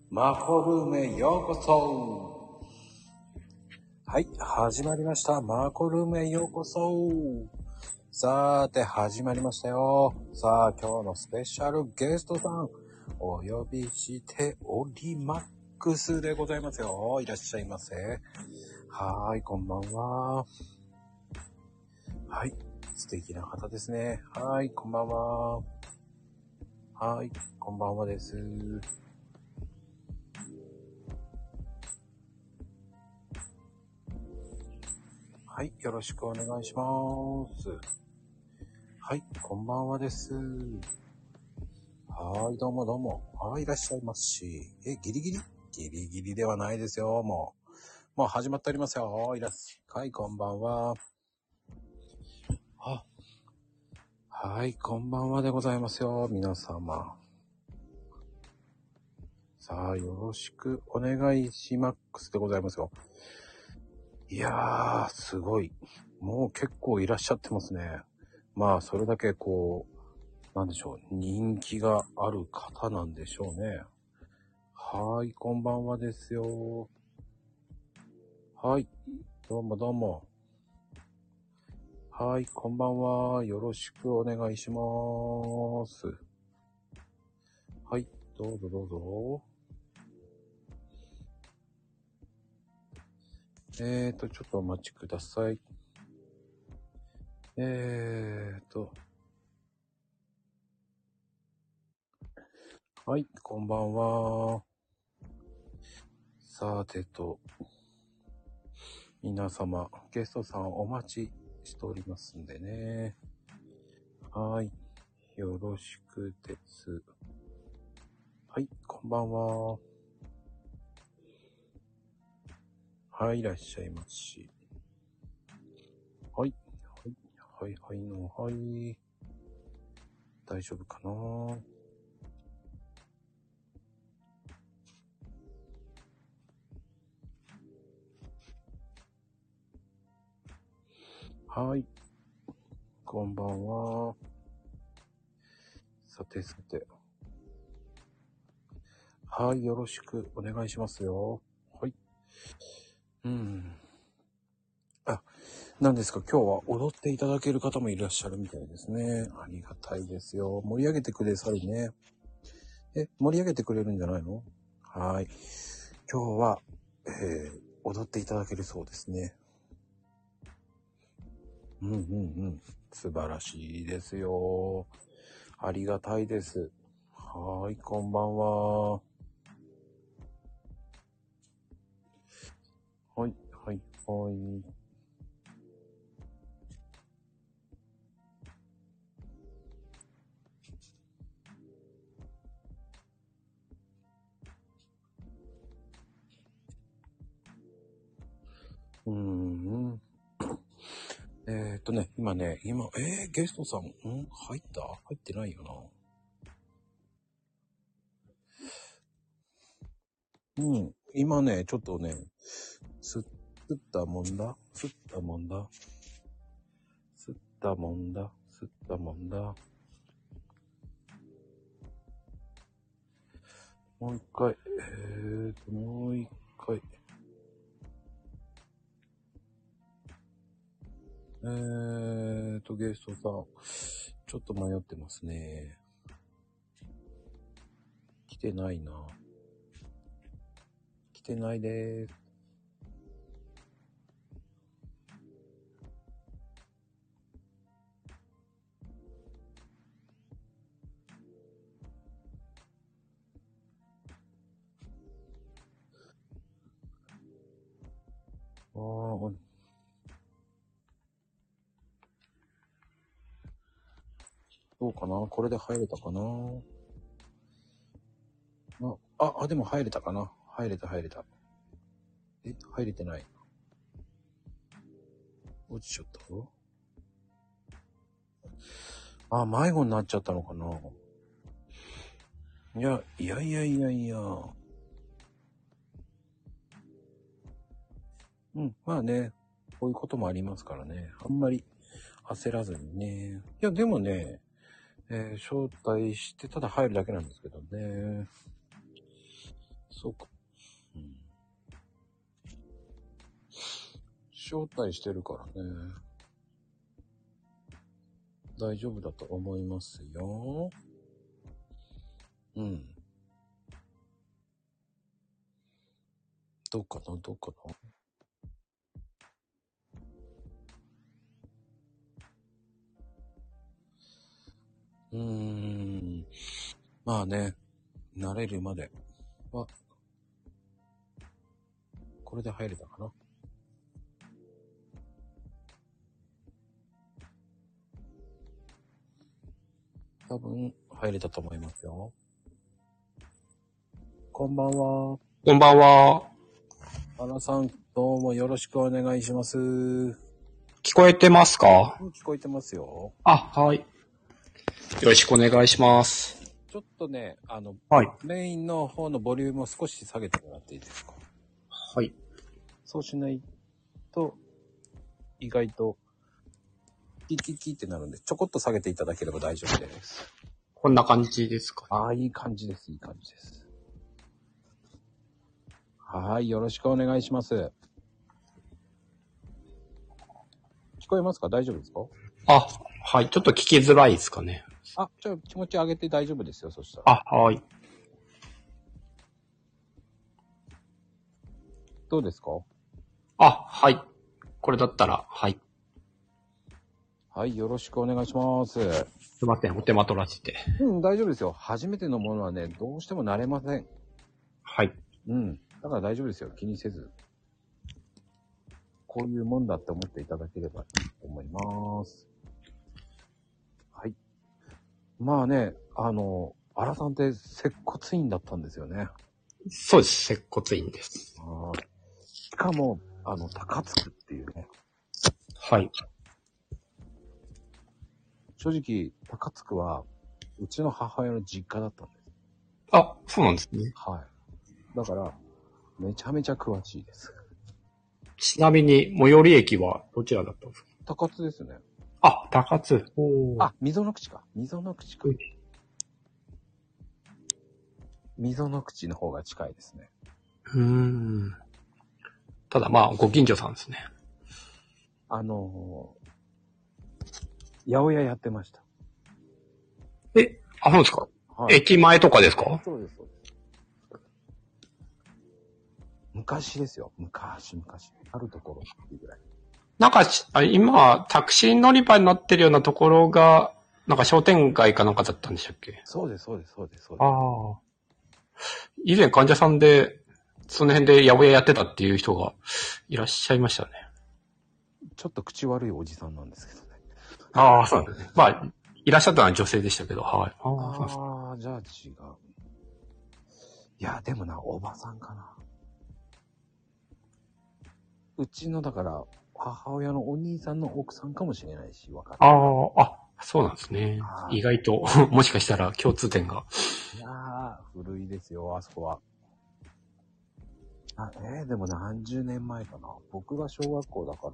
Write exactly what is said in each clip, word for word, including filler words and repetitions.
マコルームへようこそ。はい、始まりました。マコルームへようこそ。さーて、始まりましたよ。さあ、今日のスペシャルゲストさん、お呼びしておりマックスでございますよ。いらっしゃいませ。はーい、こんばんは。はい、素敵な方ですね。はーい、こんばんは。はーい、こんばんはです。はい、よろしくお願いします。はい、こんばんはです。はーい、どうもどうも。はい、いらっしゃいますし。え、ギリギリギリギリではないですよ、もう。もう始まっておりますよ。いらっしゃい。はい、こんばんは。あ、はい、こんばんはでございますよ、皆様。さあ、よろしくお願いしマックスでございますよ。いやー、すごい。もう結構いらっしゃってますね。まあ、それだけこう、なんでしょう、人気がある方なんでしょうね。はーい、こんばんはですよ。はい、どうもどうも。はい、こんばんは。よろしくお願いします。はい、どうぞどうぞ。えーと、ちょっとお待ちください。えーと。はい、こんばんは。さてと、皆様、ゲストさんお待ちしておりますんでね。はい、よろしくです。はい、こんばんは。はい、いらっしゃいますし。はい、はい、はい、はいの、はい。大丈夫かな？はい。こんばんは。さてさて。はい、よろしくお願いしますよ。はい。うん。あ、何ですか、今日は踊っていただける方もいらっしゃるみたいですね。ありがたいですよ。盛り上げてくださいね。え、盛り上げてくれるんじゃないの？はい。今日は、えー、踊っていただけるそうですね。うんうんうん。素晴らしいですよ。ありがたいです。はい、こんばんは。はい、はい、はい。うーん。えーっとね、今ね、今、えー、ゲストさん、ん入った入ってないよな。うん。今ね、ちょっとね、す、すったもんだ。すったもんだ。すったもんだ。すったもんだ。もう一回。えーっと、もう一回。えーっと、ゲストさん、ちょっと迷ってますね。来てないな。来てないでーす。あー、どうかな、これで入れたかな。あ、あ、あ、でも入れたかな。入れた入れた。え、入れてない。落ちちゃった？あ、迷子になっちゃったのかな。いや、いやいやいやいや。うん、まあね、こういうこともありますからね。あんまり焦らずにね。いや、でもね、えー招待して、ただ入るだけなんですけどね。 そうか。うん。招待してるからね。大丈夫だと思いますよ。うん。どうかな、どうかな。うーん。まあね、慣れるまでは、これで入れたかな。多分入れたと思いますよ。こんばんは。 こんばんは。 アナさん、どうもよろしくお願いします。聞こえてますか？ 聞こえてますよ。 あ、はい。よろしくお願いします。 ちょっとね、あの、 はい。 メインの方のボリュームを少し下げてもらっていいですか？ はい。 そうしないと、意外と、キキキってなるんで、ちょこっと下げていただければ大丈夫です。 こんな感じですか？ ああ、いい感じです、いい感じです。はい、よろしくお願いします。聞こえますか？大丈夫ですか？ あ、はい。ちょっと聞きづらいですかね。 あ、じゃあ気持ち上げて大丈夫ですよ、そしたら。 あ、はい。 どうですか？ あ、はい。これだったら、はい。 はい、よろしくお願いします。 すいません、お手間取らせて。 うん、大丈夫ですよ。初めてのものはね、どうしても慣れません。 はい。 うん。だから大丈夫ですよ。気にせず。こういうもんだって思っていただければいいと思います。はい。まあね、あの、アラさんって接骨院だったんですよね。 そうです。接骨院です。 あしかも、あの、高津区っていうね。 はい。 正直、高津区は、うちの母親の実家だったんです。 あ、そうなんですね。 はい。だから、めちゃめちゃ詳しいです。 ちなみに、最寄り駅はどちらだったんですか？ 高津ですね。 あ、高津。おー。 あ、溝の口か。溝の口か。溝の口の方が近いですね。 うーん。ただまあ、ご近所さんですね。 あのー、八百屋やってました。 え、あ、そうですか？ はい。 駅前とかですか？ そうです、そうです。昔ですよ。昔、昔。あるところっていうぐらい。 なんか、今、タクシー乗り場になってるようなところが、なんか商店街かなんかだったんでしたっけ？ そうです、そうです、そうです、そうです。 ああ。以前患者さんで、その辺で八百屋やってたっていう人がいらっしゃいましたね。 ちょっと口悪いおじさんなんですけどね。 ああ、そうなんですね。まあ、いらっしゃったのは女性でしたけど、はい。 ああ、じゃあ違う。いや、でもな、おばさんかな。うちの、だから、母親のお兄さんの奥さんかもしれないし、わかる。 ああ、あ、そうなんですね。意外と、もしかしたら共通点が。 いやー、古いですよ、あそこは。あ、えー、でも何十年前かな。僕が小学校だから、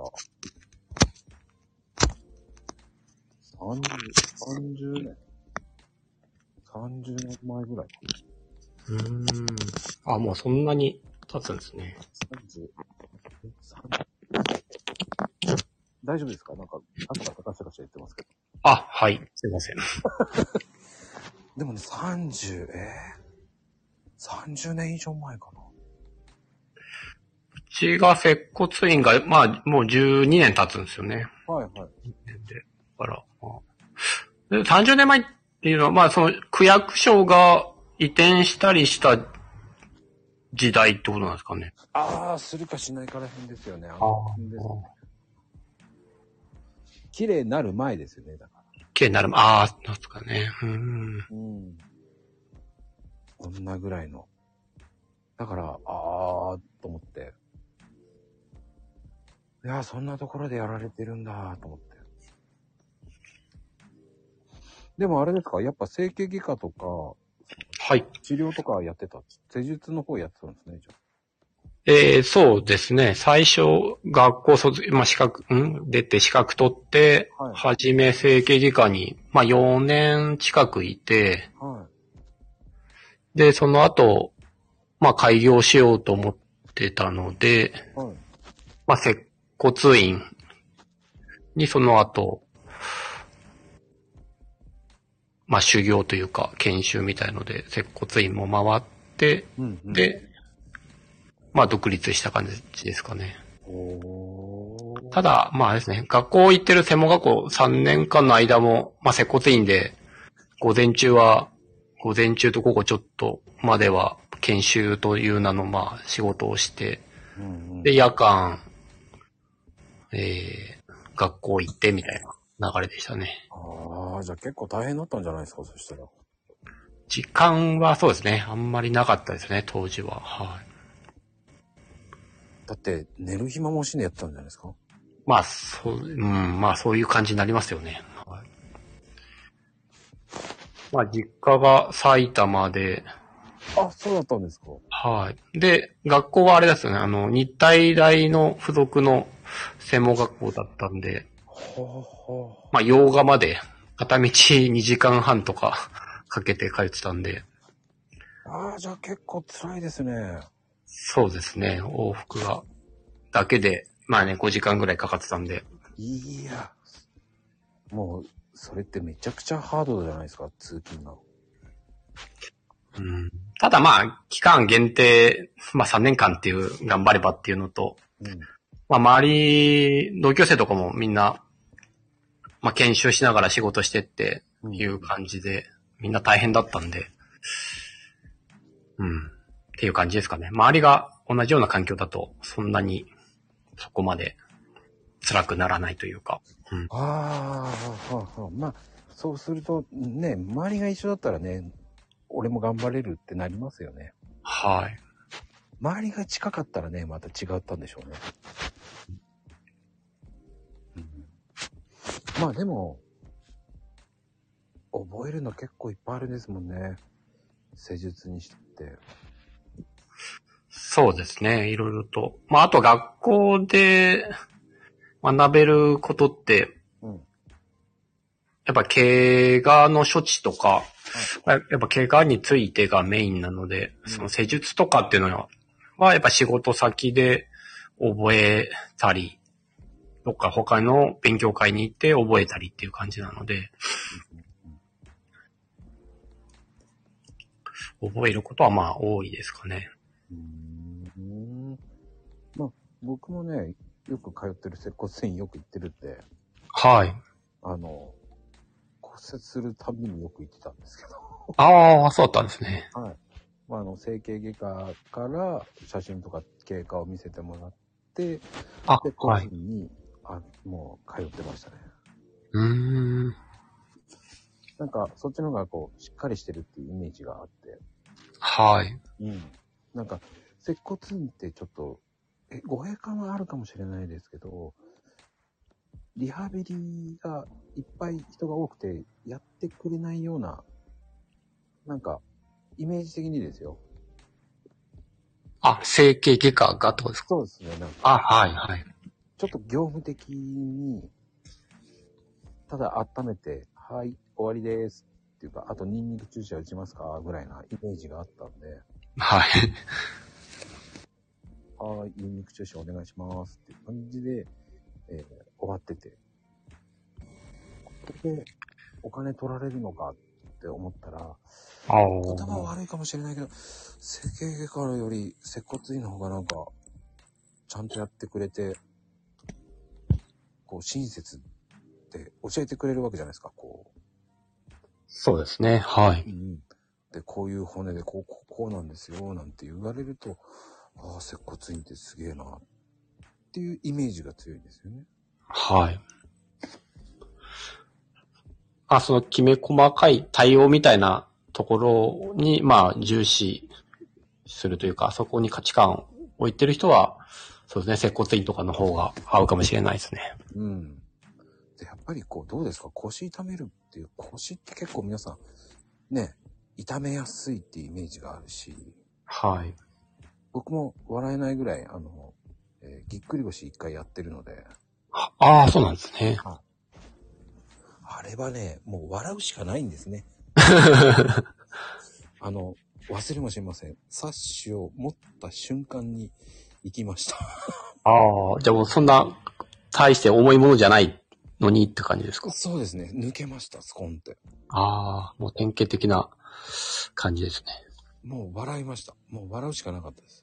さんじゅう、さんじゅうねん。さんじゅうねんまえぐらいかうーん。あ、もうそんなに経つんですね。 な。さんじゅう、さんじゅう大丈夫ですか？なんか、朝がカカシャカシャ言ってますけど。 あ、はい。すいません。 でもね、さんじゅう、えー、さんじゅうねん以上前かな。 うちが接骨院が、まあ、もうじゅうにねん経つんですよね。 はいはい。 で、だから、でさんじゅうねんまえっていうのは、まあ、その、区役所が移転したりした時代ってことなんですかね。 ああ、するかしないから変ですよね。ああの辺ですね。綺麗になる前ですよね、だから。 綺麗になる、ああ、なんですかね。うーん。 うん。こんなぐらいの。だから、ああ、と思って。いや、そんなところでやられてるんだ、と思って。でもあれですか、やっぱ整形外科とか、 はい。 治療とかやってた。施術の方やってたんですね、じゃあ。 えー、そうですね。最初、学校卒、まあ、資格、ん出て資格取って、 はい。 はじめ整形外科に、まあ、よねん近くいて、 はい。 で、その後、 まあ開業しようと思ってたので、はい、まあ接骨院にその後、まあ修行というか研修みたいので接骨院も回って、うんうん、で、まあ独立した感じですかね。ただ、まあですね、学校行ってる専門学校さんねんかんの間も、まあ接骨院で、午前中は、午前中と午後ちょっとまでは研修という名のまあ仕事をして、うんうん、で、夜間、えー、学校行ってみたいな流れでしたね。 ああ、じゃあ結構大変だったんじゃないですか、そしたら。 時間はそうですね、あんまりなかったですね、当時は。はい。 だって寝る暇もしねやったんじゃないですか。 まあ、そう、うん、まあそういう感じになりますよね。はい、まあ実家が埼玉で。 あ、そうだったんですか。 はい。で、学校はあれですよね、あの、日体大の付属の専門学校だったんで、ほうほうまあ洋画まで片道にじかんはんとかかけて通ってたんで。 ああ、じゃあ結構辛いですね。 そうですね、往復が。だけで、まあね、ごじかんぐらいかかってたんで。 いや、もう、それってめちゃくちゃハードじゃないですか、通勤が。 うん、ただまあ、期間限定、まあさんねんかんっていう頑張ればっていうのと、うん、まあ周り、同級生とかもみんな、まあ研修しながら仕事してっていう感じで、うん、みんな大変だったんで、うん、っていう感じですかね。周りが同じような環境だと、そんなにそこまで辛くならないというか。うん、 ああ、はあ、はあ、まあ、そうするとね、周りが一緒だったらね、俺も頑張れるってなりますよね。 はい。 周りが近かったらね、また違ったんでしょうね。うん、まあでも、覚えるの結構いっぱいあるんですもんね。施術にして。 そうですね、いろいろと。まああと学校で学べることって、うん、やっぱ怪我の処置とか、やっぱ怪我についてがメインなので、うん、その施術とかっていうのは、やっぱ仕事先で覚えたり、どっか他の勉強会に行って覚えたりっていう感じなので、覚えることはまあ多いですかね。うーん、まあ僕もね、よく通ってる接骨院よく行ってるんで、 はい。 あの、骨折するたびによく行ってたんですけど。 ああ、そうだったんですね。 はい。まあ、あの、整形外科から写真とか経過を見せてもらって、 あ、 で、こういうふうに、はい、あ、もう通ってましたね。 うーん。 なんか、そっちの方がこう、しっかりしてるっていうイメージがあって。 はい。 うん。なんか、接骨院ってちょっと、え、語弊感はあるかもしれないですけど、リハビリがいっぱい人が多くて、やってくれないような、なんか、イメージ的にですよ。 あ、整形外科がってことですか？ そうですね、なんか。 あ、はい、はい。 ちょっと業務的に、ただ温めて、はい、終わりですっていうか、あとニンニク注射打ちますかぐらいなイメージがあったんで。 はい。 はい、ニンニク注射お願いしますっていう感じで、えー、終わってて。で、お金取られるのかって思ったら、言葉は悪いかもしれないけど、整形外科より接骨院の方がなんか、ちゃんとやってくれて、こう、親切って教えてくれるわけじゃないですか、こう。 そうですね、はい。 うん、で、こういう骨でこう、こう、こうなんですよ、なんて言われると、ああ、接骨院ってすげえな、っていうイメージが強いんですよね。 はい。あ、そのきめ細かい対応みたいなところに、まあ、重視するというか、そこに価値観を置いてる人は、そうですね、接骨院とかの方が合うかもしれないですね。 うん。で、やっぱりこう、どうですか？腰痛めるっていう、腰って結構皆さん、ね、痛めやすいっていうイメージがあるし。 はい。 僕も笑えないぐらい、あの、えー、ぎっくり腰一回やってるので。 ああ、そうなんですね。 あ、あれはね、もう笑うしかないんですね。あの、 忘れもしません。サッシを持った瞬間に行きました。 ああ、じゃあもうそんな、大して重いものじゃないのにって感じですか？ そうですね。抜けました、スコンって。 ああ、もう典型的な感じですね。 もう笑いました。もう笑うしかなかったです。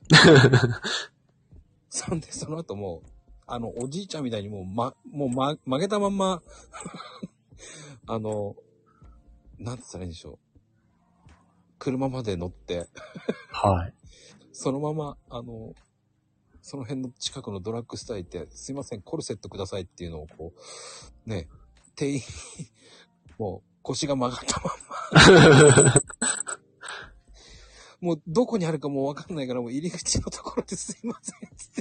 そんで、その後もう、あの、おじいちゃんみたいにもう、ま、もう、ま、曲げたまんま、あの、なんて言ったらいいんでしょう。車まで乗って、 はい。 そのまま、あの、その辺の近くのドラッグストア行って、すいません、コルセットくださいっていうのをこう、ね、店員、もう腰が曲がったまんま。もうどこにあるかもうわかんないから、もう入り口のところですいません、つって。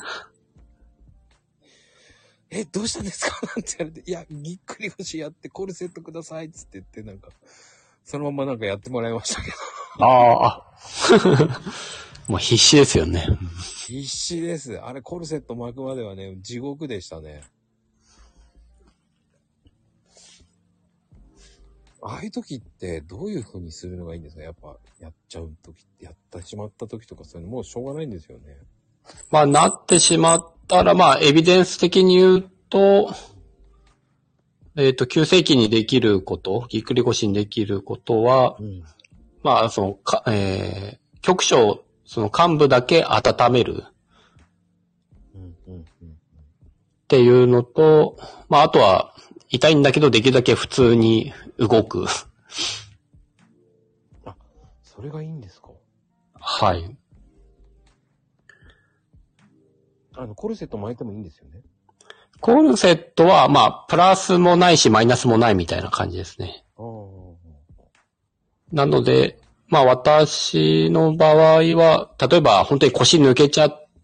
え、どうしたんですかなんて言われて、いや、ぎっくり腰やってコルセットください、つって言って、なんか、そのままなんかやってもらいましたけど。 ああ、もう必死ですよね。 必死です。あれ、コルセット巻くまではね、地獄でしたね。ああいう時ってどういう風にするのがいいんですか？やっぱ、やっちゃう時って、やってしまった時とかそういうのもうしょうがないんですよね。 まあ、なってしまったら、まあ、エビデンス的に言うと、えっと、急性期にできること、ぎっくり腰にできることは、うん、まあ、その、か、えー、局所、その患部だけ温める。うんうんうん、っていうのと、まあ、あとは、痛いんだけど、できるだけ普通に動く。 あ、それがいいんですか？ はい。 あの、コルセット巻いてもいいんですよね？ コルセットは、まあ、プラスもないし、マイナスもないみたいな感じですね。なので、まあ、私の場合は、例えば、本当に腰抜けちゃって、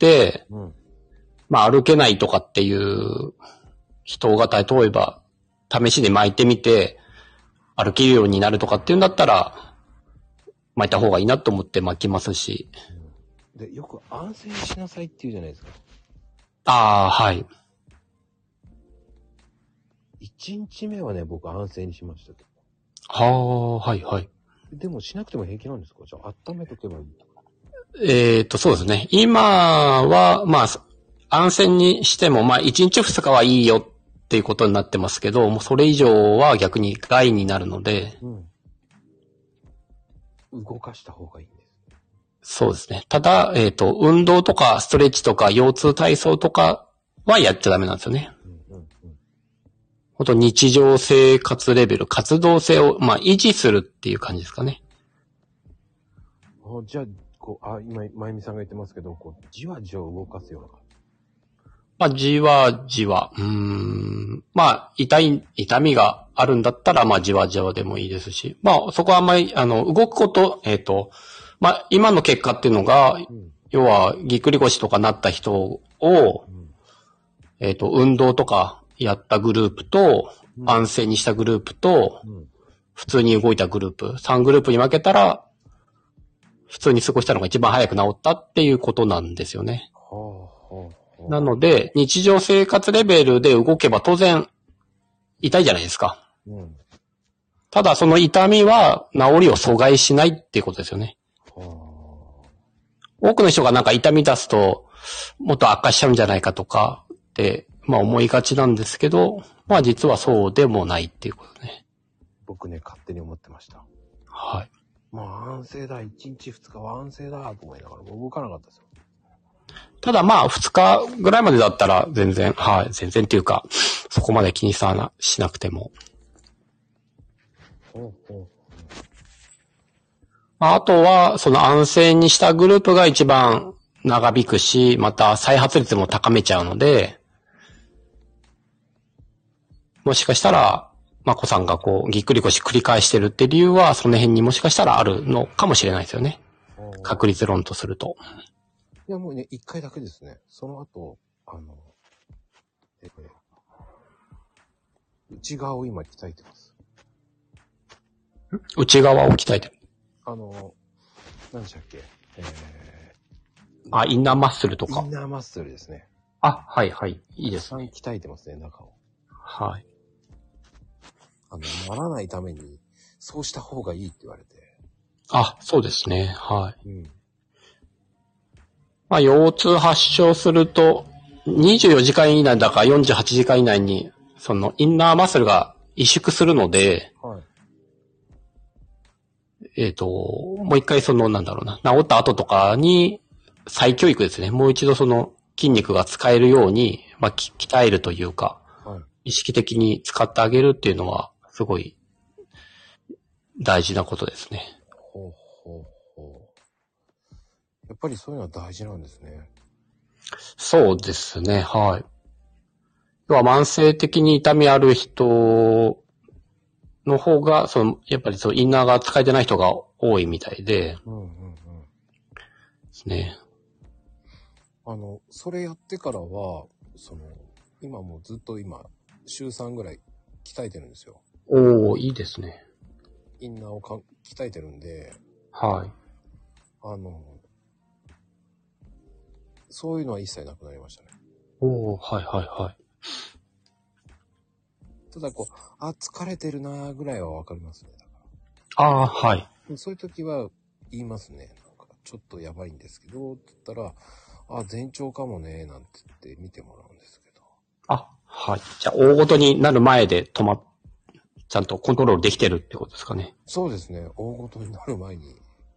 うん、まあ、歩けないとかっていう人が、例えば、試しで巻いてみて、歩けるようになるとかっていうんだったら、巻いた方がいいなと思って巻きますし。 で、よく安静にしなさいって言うじゃないですか。 ああ、はい。 一日目はね、僕安静にしましたけど。 はあ、はいはい。 でもしなくても平気なんですか？じゃあ温めとけばいいとか。 えっと、そうですね。今は、まあ、安静にしても、まあ、いちにちふつかはいいよっていうことになってますけど、もうそれ以上は逆に害になるので、 うん、動かした方がいいんです。 そうですね。ただ、えっと、運動とかストレッチとか腰痛体操とかはやっちゃダメなんですよね。うんうんうん、本当日常生活レベル、活動性を、まあ、維持するっていう感じですかね。 あ、じゃあ、こう、あ、今、まゆみさんが言ってますけど、こう、じわじわ動かすような感じ。 まあ、じわじわ。うーん。まあ、痛い、痛みがあるんだったら、まあ、じわじわでもいいですし。まあ、そこはあんまり、あの、動くこと、えっと、まあ、今の結果っていうのが、うん、要は、ぎっくり腰とかなった人を、うん、えっと、運動とかやったグループと、うん、安静にしたグループと、うん、普通に動いたグループ、さんグループに分けたら、普通に過ごしたのが一番早く治ったっていうことなんですよね。はあはあ、なので、日常生活レベルで動けば当然、痛いじゃないですか。うん、ただ、その痛みは治りを阻害しないっていうことですよね。多くの人がなんか痛み出すと、もっと悪化しちゃうんじゃないかとかって、まあ思いがちなんですけど、まあ実はそうでもないっていうことね。 僕ね、勝手に思ってました。 はい。 まあ安静だ、いちにちふつかは安静だと思いながら動かなかったですよ。 ただまあふつかぐらいまでだったら全然、はい、全然っていうか、そこまで気にさな、しなくても。ほうほう。あとは、その安静にしたグループが一番長引くし、また再発率も高めちゃうので、もしかしたら、まこさんがこう、ぎっくり腰繰り返してるって理由は、その辺にもしかしたらあるのかもしれないですよね。確率論とすると。 いや、もうね、一回だけですね。その後、あの、えー、内側を今鍛えてます。 内側を鍛えてる。 あの、何でしたっけ、えー、あ、インナーマッスルとか。 インナーマッスルですね。 あ、はいはい。いいですね。 鍛えてますね、中を。 はい。 あの、ならないために、そうした方がいいって言われて。 あ、そうですね。はい。 うん。 まあ、腰痛発症すると、にじゅうよじかん以内だかよんじゅうはちじかん以内に、そのインナーマッスルが萎縮するので、 はい。 えっと、もう一回その、なんだろうな、治った後とかに、再教育ですね。もう一度その筋肉が使えるように、まあ、き鍛えるというか、 はい。 意識的に使ってあげるっていうのは、すごい大事なことですね。 ほうほうほう。やっぱりそういうのは大事なんですね。 そうですね、はい。要は慢性的に痛みある人の方が、その、やっぱりそう、インナーが使えてない人が多いみたいで、 うんうんうん。 ですね。 あの、それやってからは、その、今もうずっと今、週さんぐらい鍛えてるんですよ。 おー、いいですね。 インナーをか鍛えてるんで、 はい。 あの、そういうのは一切なくなりましたね。 おー、はいはいはい。 ただこう、あ、疲れてるなーぐらいはわかりますね。だかあー、はい。 らそういう時は言いますね。なんか、ちょっとやばいんですけど、って言ったら、あ、前兆かもね、なんて言って見てもらうんですけど。 あ、はい。じゃあ、大ごとになる前で止まっ、ちゃんとコントロールできてるってことですかね。 そうですね。大ごとになる前に、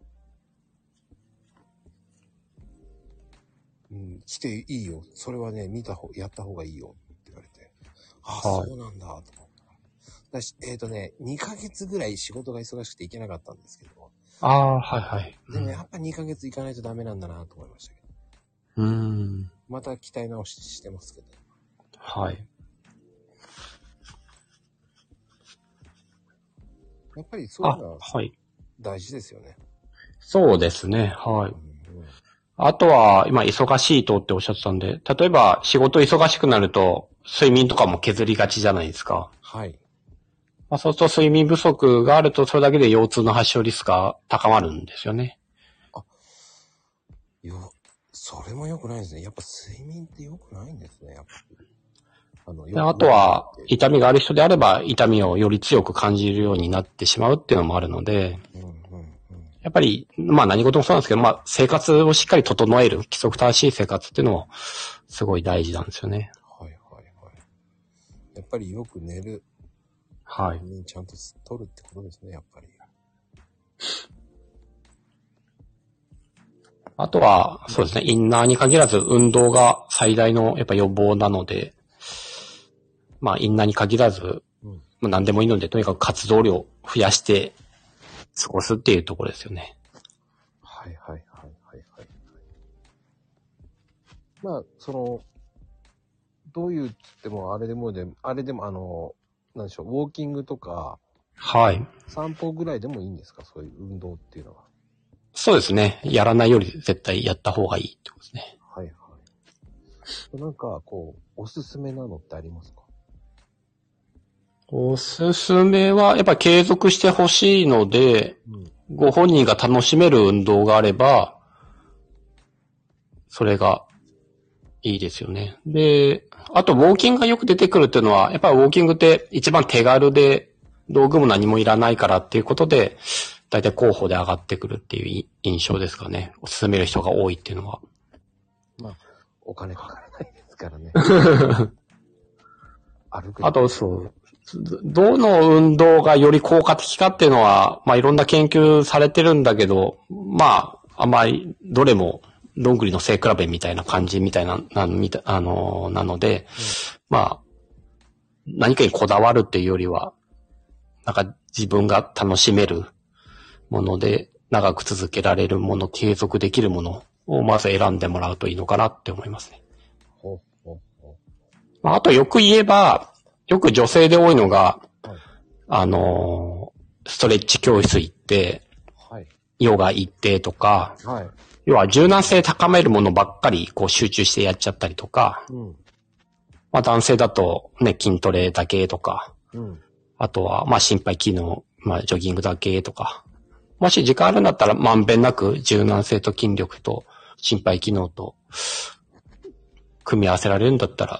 うん、来ていいよ。それはね、見た方、やった方がいいよって言われて。あ、 はいそうなんだ、と思った。だし、えっとね、にかげつぐらい仕事が忙しくて行けなかったんですけど。 ああ、はいはい。 でもやっぱにかげつ行かないとダメなんだなと思いましたけど。 うーん。 また鍛え直ししてますけど。 はい。 やっぱりそういうあ、 のははい。 大事ですよね。 そうですね。はい。 うんうん、 あとは、今、忙しいとっておっしゃってたんで、例えば、仕事忙しくなると、睡眠とかも削りがちじゃないですか。 はい。 まあ、そうすると睡眠不足があると、それだけで腰痛の発症リスクが高まるんですよね。 あ、よ、それも良くないですね。やっぱ睡眠って良くないんですね。やっぱり。あの、 であとは、痛みがある人であれば、痛みをより強く感じるようになってしまうっていうのもあるので、 うんうんうん、 やっぱり、まあ何事もそうなんですけど、まあ生活をしっかり整える、規則正しい生活っていうのも、すごい大事なんですよね。 はいはいはい。やっぱりよく寝る。 はい。 にちゃんと取るってことですね、やっぱり。 あとは、そうですね、インナーに限らず運動が最大のやっぱ予防なので、まあインナーに限らず、 うん、 まあ何でもいいので、とにかく活動量を増やして過ごすっていうところですよね。 はいはいはいはいはい。まあ、その、どういうっつっても、あれでもで、あれでもあの、なんでしょう、ウォーキングとか、 はい。 散歩ぐらいでもいいんですか、そういう運動っていうのは。 そうですね。やらないより絶対やった方がいいってことですね。 はいはい。なんか、こう、おすすめなのってありますか？ おすすめは、やっぱ継続してほしいので、うん、ご本人が楽しめる運動があれば、それがいいですよね。で、あとウォーキングがよく出てくるっていうのは、やっぱりウォーキングって一番手軽で、道具も何もいらないからっていうことで、だいたい候補で上がってくるっていう印象ですかね。おすすめる人が多いっていうのは。 まあ、お金かからないですからね。歩く。 あと、そう。どの運動がより効果的かっていうのは、まあいろんな研究されてるんだけど、まあ、あんまりどれもどんぐりの背比べみたいな感じみたいな、な、みた、あの、なので、うん、まあ、何かにこだわるっていうよりは、なんか自分が楽しめるもので、長く続けられるもの、継続できるものをまず選んでもらうといいのかなって思いますね。 ほうほうほう。 まあ、あとよく言えば、よく女性で多いのが、はい、あの、ストレッチ教室行って、はい、ヨガ行ってとか、はい、要は柔軟性高めるものばっかりこう集中してやっちゃったりとか、うん、まあ男性だとね、筋トレだけとか、うん、あとはまあ心肺機能、まあジョギングだけとか、もし時間あるんだったらまんべんなく柔軟性と筋力と心肺機能と組み合わせられるんだったら、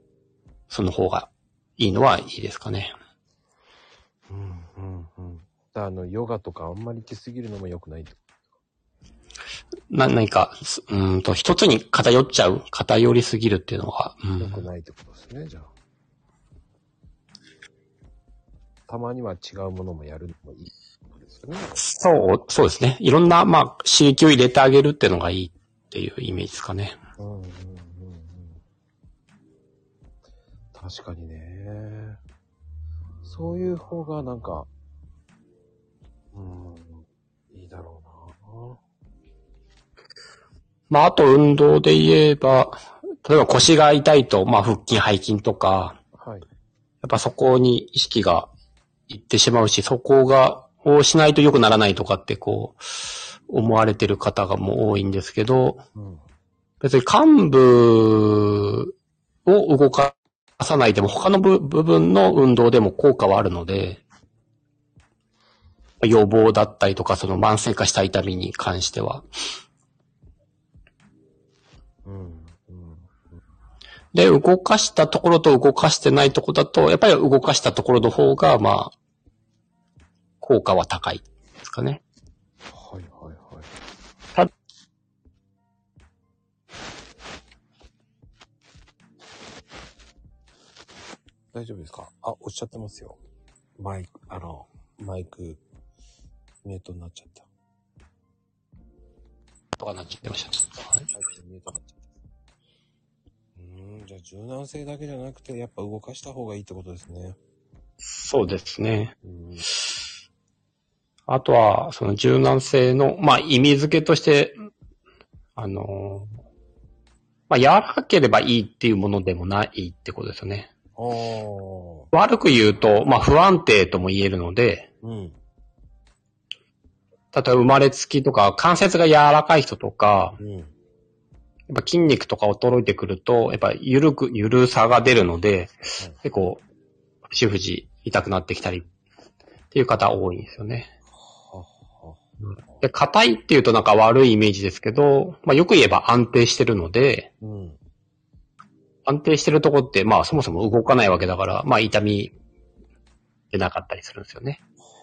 その方がいいのはいいですかね。 うんうんうん。 あの、ヨガとかあんまり行きすぎるのも良くないってこな、何か、うーんと、一つに偏っちゃう、偏りすぎるっていうのは、 と。 うん、 良くないってことですね、じゃあ。たまには違うものもやるのもいいことですよね。 そう、そうですね。いろんな、まあ、刺激を入れてあげるっていうのがいいっていうイメージですかね。 うんうんうんうん。確かにね。そういう方がなんか、うん、いいだろうな。 まあ、あと運動で言えば、例えば腰が痛いと、まあ、腹筋、背筋とか、 はい。 やっぱそこに意識がいってしまうし、そこが、をしないと良くならないとかってこう、思われてる方がもう多いんですけど、 うん、 別に幹部を動かさないでも他の部分の運動でも効果はあるので、予防だったりとか、その慢性化した痛みに関しては。 うんうん、 で、動かしたところと動かしてないところだと、やっぱり動かしたところの方が、まあ、効果は高いですかね。 はいはいはい。 た大丈夫ですか？あ、おっしゃってますよ。マイク、あの、マイク、ミュートになっちゃった。 とかなっちゃってました。はい。 マイクミュートになっちゃった。うーん、じゃあ柔軟性だけじゃなくて、やっぱ動かした方がいいってことですね。 そうですね。 うん。 あとは、その柔軟性の、まあ、意味付けとして、あの、まあ、柔らかければいいっていうものでもないってことですよね。 ああ。 悪く言うと、まあ、不安定とも言えるので、 うん。 例えば生まれつきとか、関節が柔らかい人とか、 うん。 やっぱ筋肉とか衰えてくると、やっぱ緩く、緩さが出るので、結構、節々痛くなってきたりっていう方多いんですよね。 はは。 で、硬いっていうとなんか悪いイメージですけど、まあよく言えば安定してるので、 うん。 安定してるとこってまあそもそも動かないわけだから、まあ痛み出なかったりするんですよね。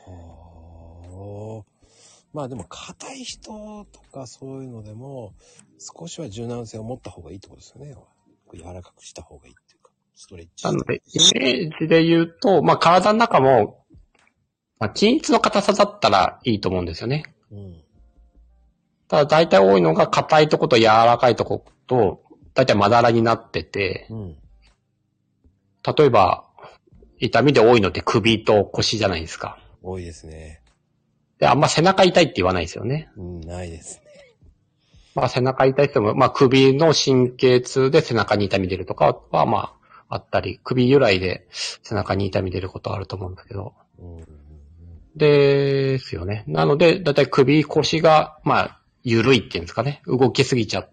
はあ。まあでも硬い人とかそういうのでも少しは柔軟性を持った方がいいってことですよね。柔らかくした方がいいっていうか、ストレッチ。 なので、イメージで言うと、まあ体の中も、まあ、均一の硬さだったらいいと思うんですよね。 うん。 ただ大体多いのが硬いとこと柔らかいとこと、大体まだらになってて、 うん。 例えば、痛みで多いのって首と腰じゃないですか。 多いですね。 で、あんま背中痛いって言わないですよね。 うん、ないですね。 まあ背中痛い人も、まあ首の神経痛で背中に痛み出るとかはまああったり、首由来で背中に痛み出ることはあると思うんですけど。 うんうんうん、 ですよね。なので、だいたい首、腰が、まあ、緩いっていうんですかね。動きすぎちゃって、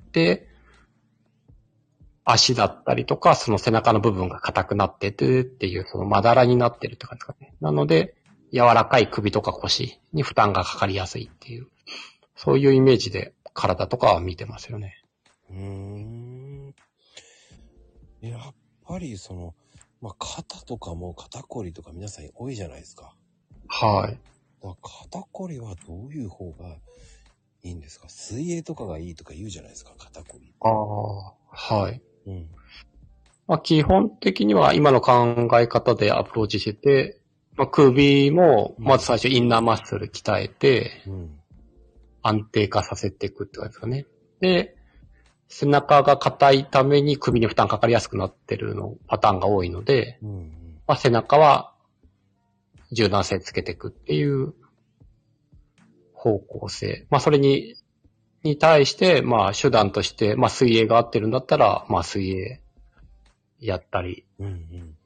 足だったりとか、その背中の部分が硬くなっててっていう、そのまだらになってるって感じですかね。なので、柔らかい首とか腰に負担がかかりやすいっていう、そういうイメージで体とかは見てますよね。 うーん。やっぱりその、まあ、肩とかも肩こりとか皆さん多いじゃないですか。 はい。 だから肩こりはどういう方がいいんですか？水泳とかがいいとか言うじゃないですか、肩こり。 ああ、はい。 うん。 まあ、基本的には今の考え方でアプローチしてて、まあ、首も、まず最初インナーマッスル鍛えて、 うん。 安定化させていくって感じですかね。で、背中が硬いために首に負担かかりやすくなってるのパターンが多いので、 うんうん、 まあ、背中は柔軟性つけていくっていう方向性。まあ、それに、に対して、まあ、手段として、まあ、水泳が合ってるんだったら、まあ、水泳やったりうんうんうん。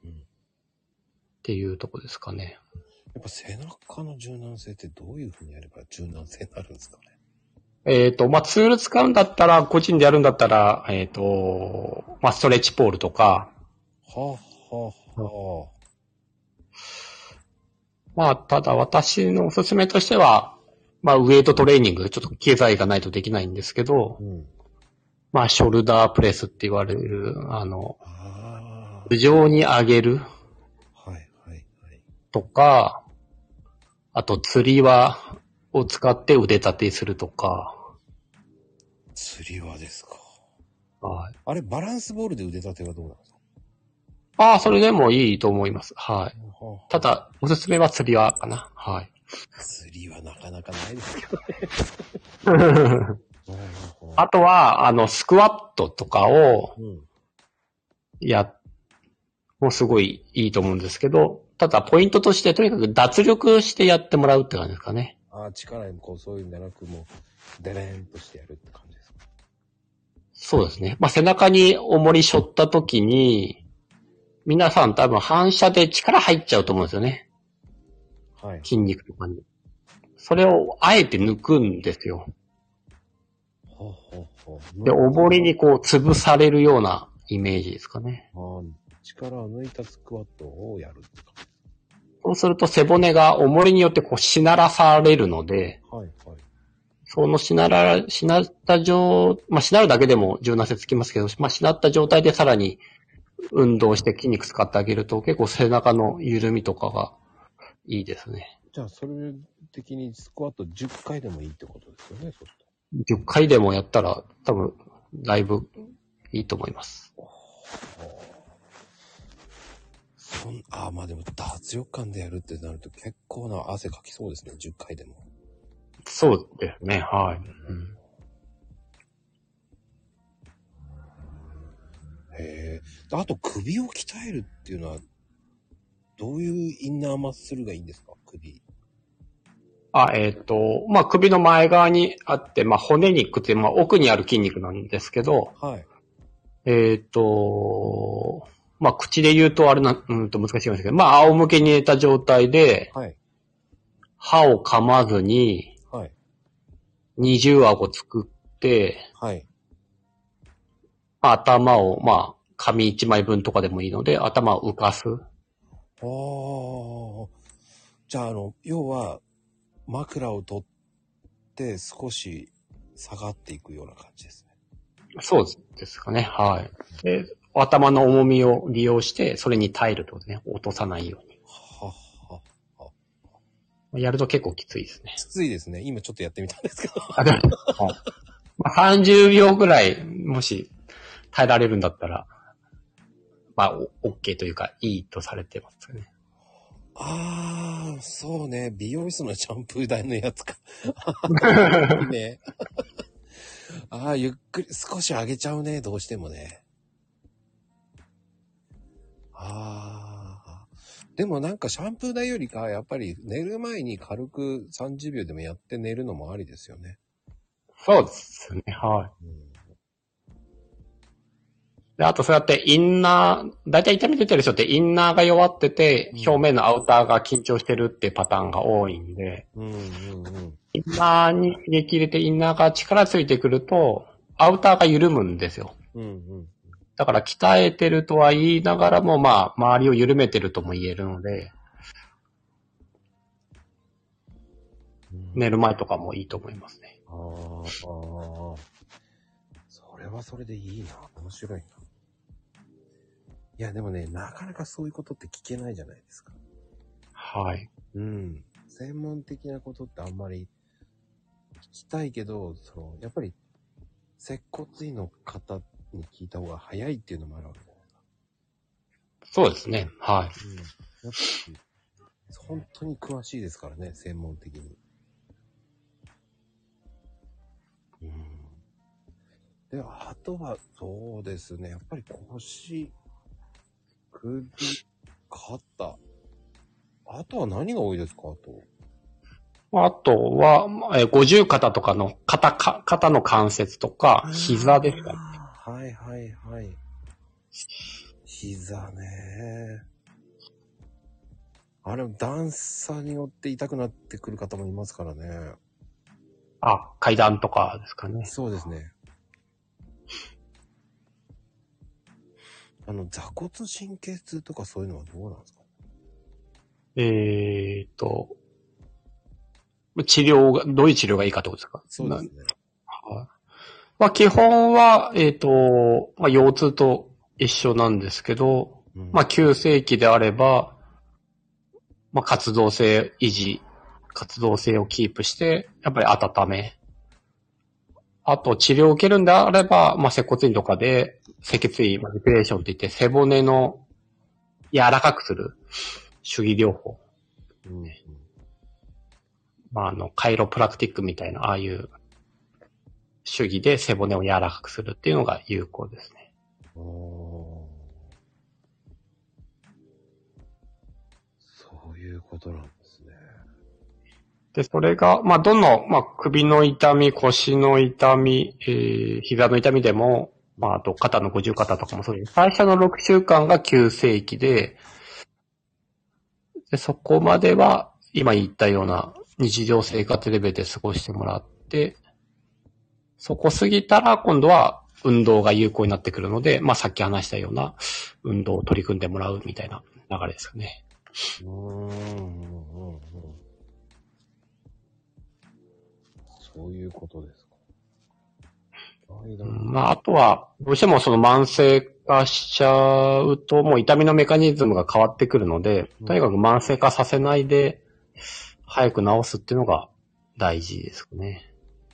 っていうとこですかね。 やっぱ背中の柔軟性ってどういう風にやれば柔軟性になるんですかね。 えっと、まあ、ツール使うんだったら、個人でやるんだったら、えっと、まあ、ストレッチポールとか、 はあ、はあ、はあ。 まあ、ただ私のおすすめとしては、まあ、ウェイトトレーニング、ちょっと機材がないとできないんですけど、 うん、 まあ、ショルダープレスって言われる、あの、 あ頭上に上げるあ。はい、はい、はい。 とか、 あと、釣り輪を使って腕立てするとか。 釣り輪ですか。 はい。 あれ、バランスボールで腕立てはどうなんですか？ ああ、それでもいいと思います。はい。ただ、おすすめは釣り輪かな。はい。 釣りはなかなかないですけどね。 あとは、あの、スクワットとかを、や、もうすごいいいと思うんですけど、ただ、ポイントとして、とにかく脱力してやってもらうって感じですかね。 ああ、力にこう、そういうんじゃなく、もう、デレーンとしてやるって感じですか？ そうですね。まあ、背中に重り背負った時に、皆さん多分反射で力入っちゃうと思うんですよね。 はい。 筋肉とかに。それをあえて抜くんですよ。 ほうほうほう。 で、重りにこう潰されるようなイメージですかね。 ああ、力を抜いたスクワットをやるんですか？ そうすると背骨が重りによってこうしならされるので、 はいはい。 そのしなら、しなった状、まあ、しなるだけでも柔軟性つきますけど、まあ、しなった状態でさらに運動して筋肉使ってあげると結構背中の緩みとかがいいですね。 じゃあ、それ的にスクワットじゅっかいでもいいってことですよね、そうすると。 じゅっかいでもやったら多分だいぶいいと思います。 そんああ、まあでも脱力感でやるってなると結構な汗かきそうですね、じゅっかいでも。 そうですね、はい。うん、 へえ。あと首を鍛えるっていうのは、どういうインナーマッスルがいいんですか、首。 あ、えっ、ー、と、まあ、首の前側にあって、まあ、骨にくっついて、まあ、奥にある筋肉なんですけど、 はい。 えっ、ー、と、まあ、口で言うとあれな、うんと難しいんですけど、まあ、仰向けに寝た状態で、 はい。 歯を噛まずに、 はい。 二重顎作って、 はい。 頭を、まあ、紙一枚分とかでもいいので、頭を浮かす。 ああ。じゃあ、あの、要は、枕を取って少し下がっていくような感じですね。 そうですかね、はい。で、頭の重みを利用して、それに耐えるってことね。落とさないように。 ははは。 やると結構きついですね。 きついですね。今ちょっとやってみたんですけど。 あ、でも、まあ、さんじゅうびょうぐらい、もし耐えられるんだったら、まあ、OK というか、いいとされてますね。 ああ、そうね。美容室のシャンプー台のやつか。いいね。ああ、ゆっくり、少し上げちゃうね。どうしてもね。ああ。でもなんかシャンプー台よりか、やっぱり寝る前に軽くさんじゅうびょうでもやって寝るのもありですよね。 そうですね、はい。うんで、あとそうやってインナー、だいたい痛み出てる人ってインナーが弱ってて、うん、表面のアウターが緊張してるってパターンが多いんで、うんうんうん、インナーに刺激入れてインナーが力ついてくると、アウターが緩むんですよ。うんうん、だから鍛えてるとは言いながらも、まあ、周りを緩めてるとも言えるので、うん、寝る前とかもいいと思いますね。ああ、それはそれでいいな。面白いな。いや、でもね、なかなかそういうことって聞けないじゃないですか。 はい。 うん。専門的なことってあんまり聞きたいけど、その、やっぱり、接骨院の方に聞いた方が早いっていうのもあるわけじゃないですか。 そうですね。はい。 うん。やっぱり、本当に詳しいですからね、専門的に。うん。で、あとは、そうですね、やっぱり腰、首、肩。あとは何が多いですか？あと。 あとは、えー、五十肩とかの肩か、肩の関節とか、膝ですかね。 はいはいはい。膝ね。あれ、段差によって痛くなってくる方もいますからね。 あ、階段とかですかね。 そうですね。あの、座骨神経痛とかそういうのはどうなんですか？ えーと、治療が、どういう治療がいいかってことですか？ そうですね。 はい。まあ、基本は、えーと、まあ、腰痛と一緒なんですけど、うん、まあ、急性期であれば、まあ、活動性維持活動性をキープして、やっぱり温め。あと、治療を受けるんであれば、まあ、接骨院とかで、脊椎マニピュレーションといって、背骨の柔らかくする手技療法。うん、まあ、あの、カイロプラクティックみたいな、ああいう手技で背骨を柔らかくするっていうのが有効ですね。 おそういうことなんですね。 で、それが、まあ、どの、まあ、首の痛み、腰の痛み、えー、膝の痛みでも、まあ、あと肩の五十肩とかもそうです。最初のろくしゅうかんが急性期で、で、そこまでは、今言ったような日常生活レベルで過ごしてもらって、そこ過ぎたら今度は運動が有効になってくるので、まあさっき話したような運動を取り組んでもらうみたいな流れですかね。うーん、うん、うん、 そういうことですか。 うん、まああとは、どうしてもその慢性化しちゃうと、もう痛みのメカニズムが変わってくるので、とにかく慢性化させないで、早く治すっていうのが大事ですね。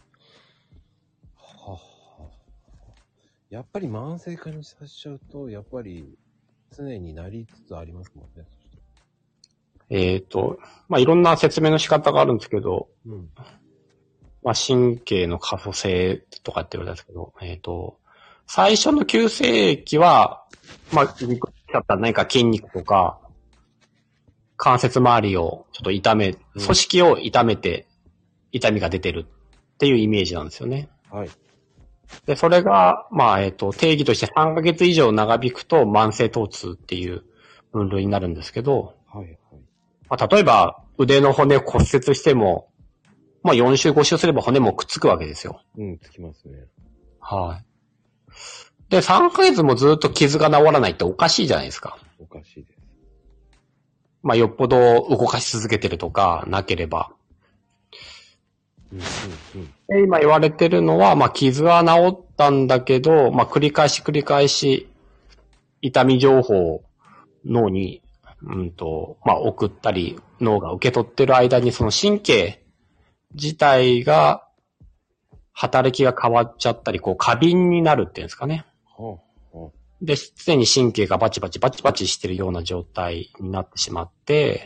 ははやっぱり慢性化にさせちゃうと、やっぱり常になりつつありますもんね。 えっと、まあいろんな説明の仕方があるんですけど、うん、まあ神経の過疎性とかって言われたんですけど、えっと、最初の急性期は、まあ、何か筋肉とか、関節周りをちょっと痛め、組織を痛めて痛みが出てるっていうイメージなんですよね。 はい。 で、それが、まあ、えっと、定義としてさんかげつ以上長引くと慢性疼痛っていう分類になるんですけど、はいはい。まあ、例えば腕の骨を骨折しても、まあよんしゅうごしゅうすれば骨もくっつくわけですよ。 うん、つきますね。 はい。で、さんかげつもずっと傷が治らないっておかしいじゃないですか。 おかしいです。 まあよっぽど動かし続けてるとかなければ。うんうんうん、で今言われてるのは、まあ傷は治ったんだけど、まあ繰り返し繰り返し痛み情報を脳に、うんと、まあ送ったり、脳が受け取ってる間にその神経自体が働きが変わっちゃったり、こう過敏になるっていうんですかね。はあはあ、で、常に神経がバチバチバチバチしてるような状態になってしまって、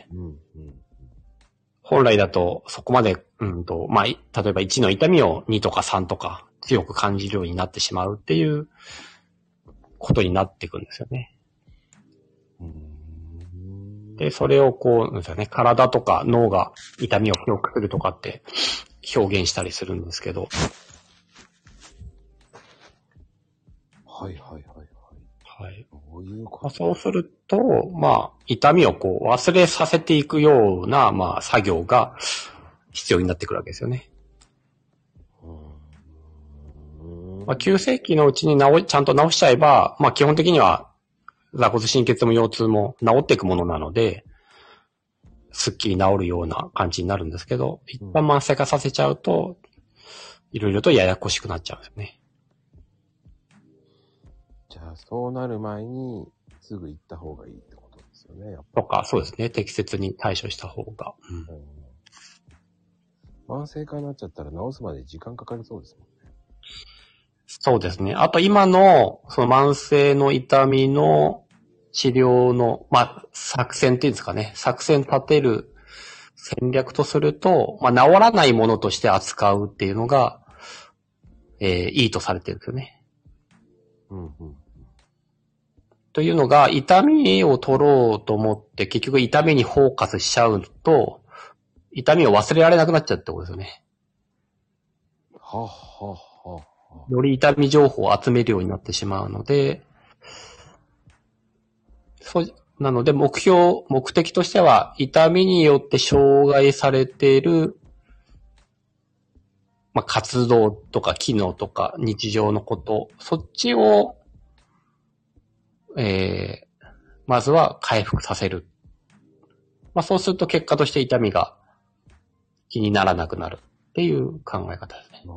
うんうん、本来だとそこまで、うんと、まあ、例えばいちの痛みをにとかさんとか強く感じるようになってしまうっていうことになっていくんですよね。うんで、それをこう、なんですよね、体とか脳が痛みを記憶するとかって表現したりするんですけど。 はいはいはいはい。 はい。そういうこと。そうすると、まあ、痛みをこう忘れさせていくような、まあ、作業が必要になってくるわけですよね。まあ、急性期のうちに治、ちゃんと治しちゃえば、まあ、基本的には、座骨神経痛も腰痛も治っていくものなので、すっきり治るような感じになるんですけど、一旦慢性化させちゃうと、いろいろとややこしくなっちゃうんですよね。 じゃあ、そうなる前に、すぐ行った方がいいってことですよね、やっぱとか、そうですね。適切に対処した方が。 うん、慢性化になっちゃったら治すまで時間かかりそうですもんね。 そうですね。あと今の、その慢性の痛みの治療の、まあ、作戦っていうんですかね。作戦立てる戦略とすると、まあ、治らないものとして扱うっていうのが、えー、いいとされてるんですよね。うんうん、というのが、痛みを取ろうと思って、結局痛みにフォーカスしちゃうと、痛みを忘れられなくなっちゃうってことですよね。はははより痛み情報を集めるようになってしまうので、そう、なので目標、目的としては、痛みによって障害されている、まあ、活動とか機能とか日常のこと、そっちを、えー、まずは回復させる。まあ、そうすると結果として痛みが気にならなくなるっていう考え方ですね。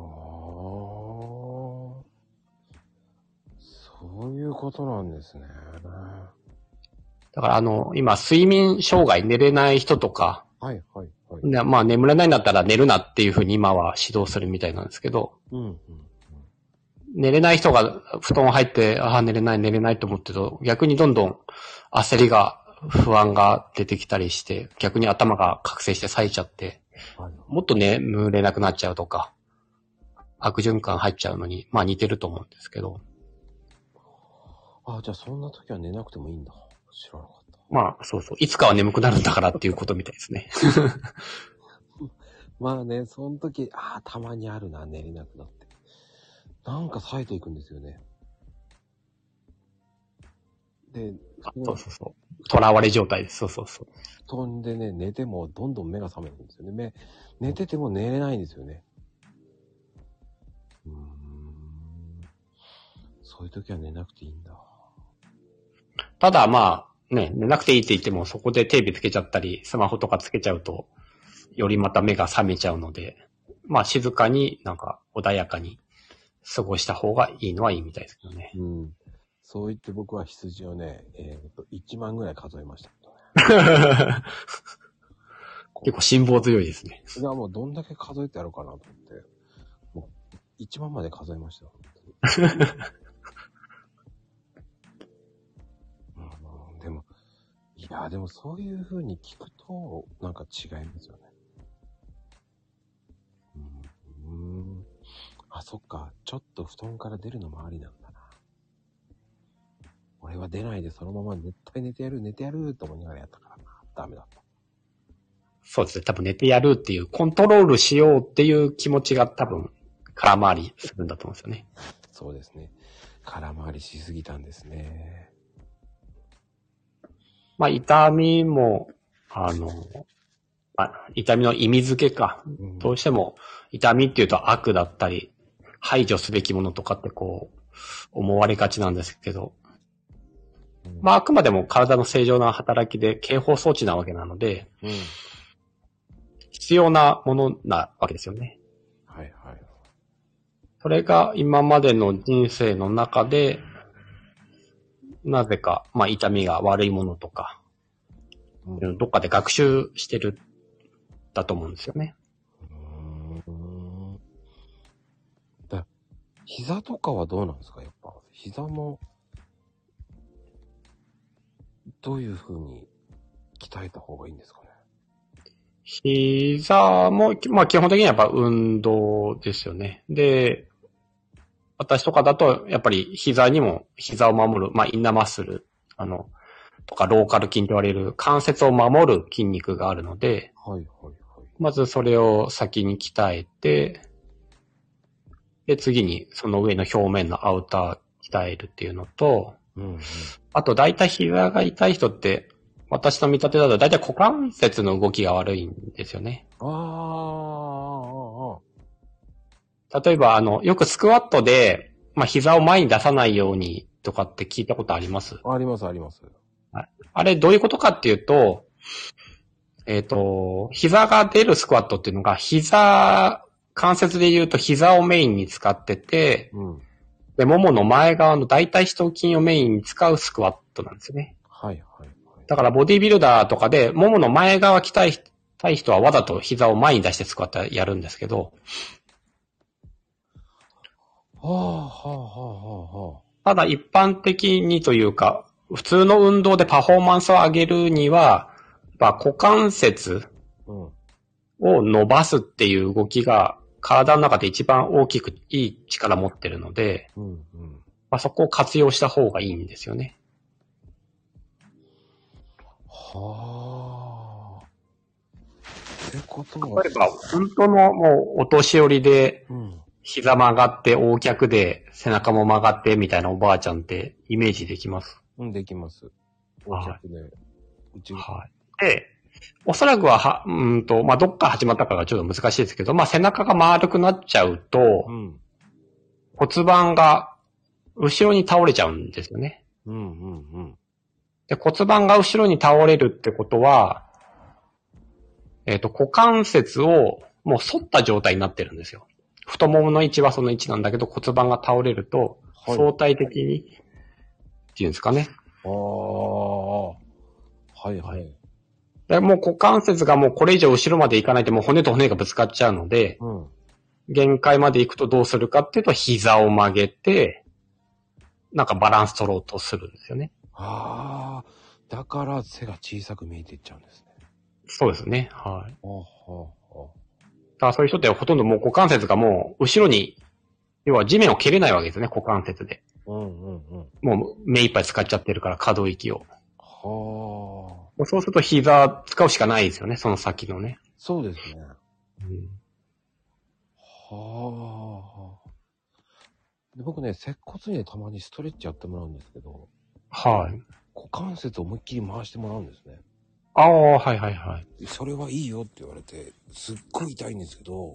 そういうことなんですね。 だからあの、今、睡眠障害寝れない人とか、 はいはいはい。 はい。 でまあ眠れないんだったら寝るなっていうふうに今は指導するみたいなんですけど、 うん、うん。 寝れない人が布団入って、ああ、寝れない、寝れないと思ってると、逆にどんどん焦りが、不安が出てきたりして、逆に頭が覚醒して冴えちゃって、 はい、 もっと眠れなくなっちゃうとか、悪循環入っちゃうのに、まあ似てると思うんですけど。 ああ、じゃあそんな時は寝なくてもいいんだ。知らなかった。 まあ、そうそう。いつかは眠くなるんだからっていうことみたいですね。 まあね、その時、ああ、たまにあるな、寝れなくなって。なんか冴えていくんですよね。で、 そうそうそう。囚われ状態です。そうそうそう。 布団でね、寝てもどんどん目が覚めるんですよね。目、寝てても寝れないんですよね。うーん。そういう時は寝なくていいんだ。 ただまあ、ね、寝なくていいって言っても、そこでテレビつけちゃったり、スマホとかつけちゃうと、よりまた目が覚めちゃうので、まあ静かになんか穏やかに過ごした方がいいのはいいみたいですけどね。 うん。そう言って僕は羊をね、えっと、いちまんぐらい数えましたけどね。 結構辛抱強いですね。 いや、もうどんだけ数えてやろうかなと思って、もういちまんまで数えました。うん、でも、いや、でもそういう風に聞くと、なんか違いますよね。うん、うん。あ、そっか。ちょっと布団から出るのもありなんだな。俺は出ないでそのまま絶対寝てやる、寝てやると思いながらやったからな。ダメだった。 そうですね。多分寝てやるっていう、コントロールしようっていう気持ちが多分空回りするんだと思うんですよね。 そうですね。空回りしすぎたんですね。 まあ痛みも、あの、あ痛みの意味付けか、うん。どうしても痛みっていうと悪だったり、排除すべきものとかってこう、思われがちなんですけど、うん、まああくまでも体の正常な働きで警報装置なわけなので、うん、必要なものなわけですよね。 はいはい。 それが今までの人生の中で、なぜか、まあ痛みが悪いものとか、うん、どっかで学習してる、だと思うんですよね。 うーん。だ膝とかはどうなんですか、やっぱ。膝も、どういう風に鍛えた方がいいんですかね。 膝も、まあ基本的にはやっぱ運動ですよね。で、私とかだと、やっぱり膝にも膝を守る、まあインナーマッスル、あの、とかローカル筋と言われる関節を守る筋肉があるので、 はいはいはい。 まずそれを先に鍛えて、で、次にその上の表面のアウター鍛えるっていうのと、うんうん、あと大体膝が痛い人って、私の見立てだと大体股関節の動きが悪いんですよね。ああ。例えば、あの、よくスクワットで、まあ、膝を前に出さないようにとかって聞いたことあります？ ありますあります。 あれ、どういうことかっていうと、えっと、膝が出るスクワットっていうのが、膝、関節で言うと膝をメインに使ってて、うん、で、ももの前側の大腿四頭筋をメインに使うスクワットなんですよね。はいはいはい。だからボディビルダーとかで、ももの前側鍛えたい人はわざと膝を前に出してスクワットやるんですけど、はあはあはあはあ。ただ一般的にというか、普通の運動でパフォーマンスを上げるには、まあ、股関節を伸ばすっていう動きが体の中で一番大きくいい力持ってるので、うんうん、まあ、そこを活用した方がいいんですよね。はあ。ってことは。例えば、本当のもうお年寄りで、膝曲がって横脚で背中も曲がってみたいなおばあちゃんってイメージできます？ うん、できます。横脚で。 うちはい。で、おそらくは、は、うんと、まあ、どっから始まったかがちょっと難しいですけど、まあ、背中が丸くなっちゃうと、うん、骨盤が後ろに倒れちゃうんですよね。うんうんうん。で、骨盤が後ろに倒れるってことは、えっと、股関節をもう反った状態になってるんですよ。太ももの位置はその位置なんだけど骨盤が倒れると、相対的に、はい、っていうんですかね。ああ。はいはい。 でもう股関節がもうこれ以上後ろまで行かないともう骨と骨がぶつかっちゃうので、 うん。 限界まで行くとどうするかっていうと膝を曲げて、なんかバランス取ろうとするんですよね。 ああ、だから背が小さく見えていっちゃうんですね。 そうですね。はい。 ほうほうほだからそういう人ってほとんどもう股関節がもう後ろに、要は地面を蹴れないわけですね、股関節で。 う。うんうんうん。 もう目いっぱい使っちゃってるから可動域を。 はあ。 そうすると膝使うしかないですよね、その先のね。 そうですね。 うんはあ。で僕ね、接骨院でたまにストレッチやってもらうんですけど、 はい。 股関節を思いっきり回してもらうんですね。 ああ、はいはいはい。 それはいいよって言われて、すっごい痛いんですけど、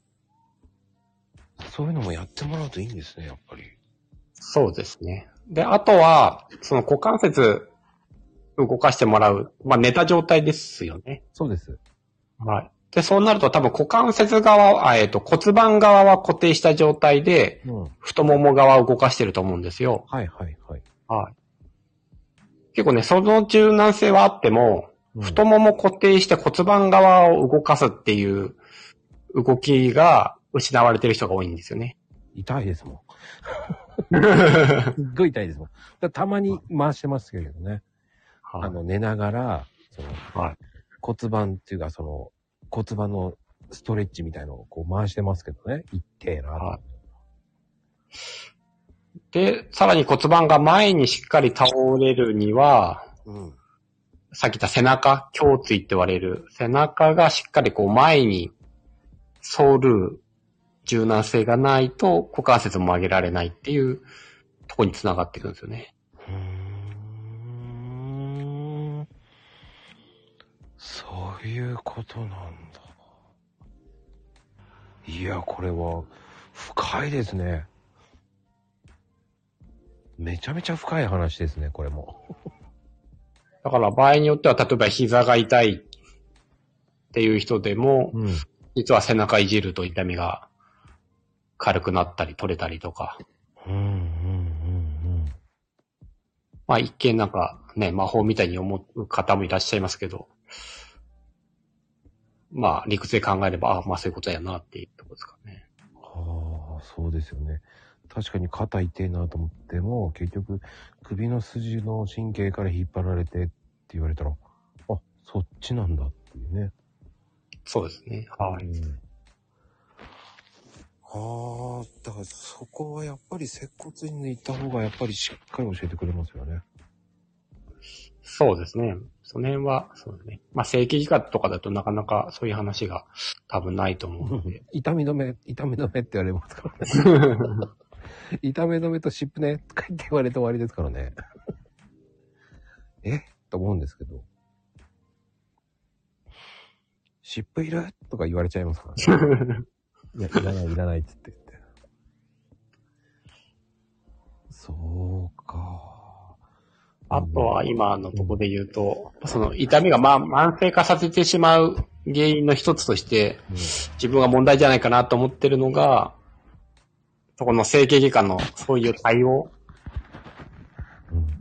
そういうのもやってもらうといいんですね、やっぱり。 そうですね。で、あとは、その股関節動かしてもらう。まあ、寝た状態ですよね。 そうです。 はい。で、そうなると多分股関節側、あえっと、骨盤側は固定した状態で、 うん。 太もも側を動かしてると思うんですよ。 はいはいはい。 はい。結構ね、その柔軟性はあっても、 うん、 太もも固定して骨盤側を動かすっていう動きが失われてる人が多いんですよね。 痛いですもん。すっごい痛いですもん。だたまに回してますけどね。 はい、 あの、寝ながら、その、 はい、 骨盤っていうか、その、骨盤のストレッチみたいのをこう回してますけどね。いってえなと。 はい。で、さらに骨盤が前にしっかり倒れるには、 うん。 さっき言った背中、胸椎って言われる、背中がしっかりこう前に反る柔軟性がないと股関節も曲げられないっていうところにつながっていくんですよね。 うーん。そういうことなんだ。いや、これは深いですね。めちゃめちゃ深い話ですね、これも。 だから場合によっては例えば膝が痛いっていう人でも、 うん。 実は背中いじると痛みが軽くなったり取れたりとか。 うんうんうんうん。 まあ一見なんかね、魔法みたいに思う方もいらっしゃいますけど、まあ理屈で考えれば、ああまあそういうことやなっていうところですかね。 はあ、そうですよね。確かに肩痛いなと思っても、結局首の筋の神経から引っ張られてって言われたら、あ、そっちなんだっていうね。 そうですね。はい。 うん、ああ、だからそこはやっぱり接骨院に行った方がやっぱりしっかり教えてくれますよね。 そうですね。その辺は、そうですね。まあ整形外科とかだとなかなかそういう話が多分ないと思うので。 痛み止め、痛み止めって言われますからね。痛み止めと湿布ね、とか言って言われて終わりですからね。えと思うんですけど。湿布いるとか言われちゃいますからね。いや、いらない、いらないっつって言って。そうか。 あとは今のところで言うと、うん、その痛みがまあ慢性化させてしまう原因の一つとして、うん、自分が問題じゃないかなと思ってるのが、そこの整形外科のそういう対応。 うんうんうん、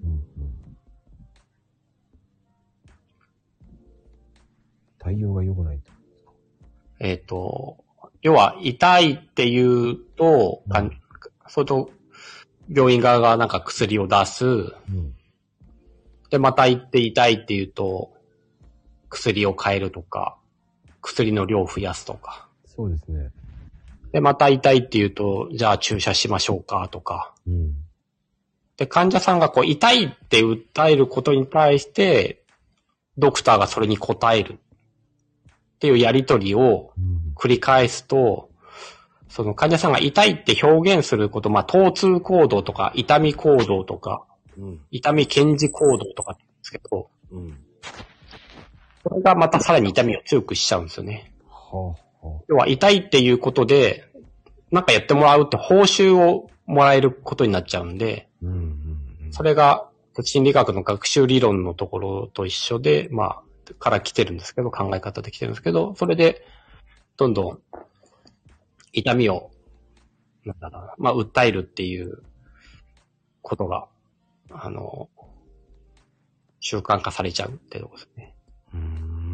対応が良くないってことですか？ えっと、要は痛いっていうと、うん、それと病院側がなんか薬を出す。うんで、また行って痛いって言うと、薬を変えるとか、薬の量を増やすとか。 そうですね。 で、また痛いって言うと、じゃあ注射しましょうかとか。うん、で、患者さんがこう痛いって訴えることに対して、ドクターがそれに応えるっていうやりとりを繰り返すと、うん、その患者さんが痛いって表現すること、まあ、疼痛行動とか、痛み行動とか、うん、痛み検事行動とかって言うんですけど、うん、それがまたさらに痛みを強くしちゃうんですよね。はあはあ、要は痛いっていうことで、なんかやってもらうって報酬をもらえることになっちゃうんで、うんうんうん、それが心理学の学習理論のところと一緒で、まあ、から来てるんですけど、考え方で来てるんですけど、それで、どんどん痛みを、なんだろうな、まあ、訴えるっていうことが、あの、習慣化されちゃうってとこですね。うーん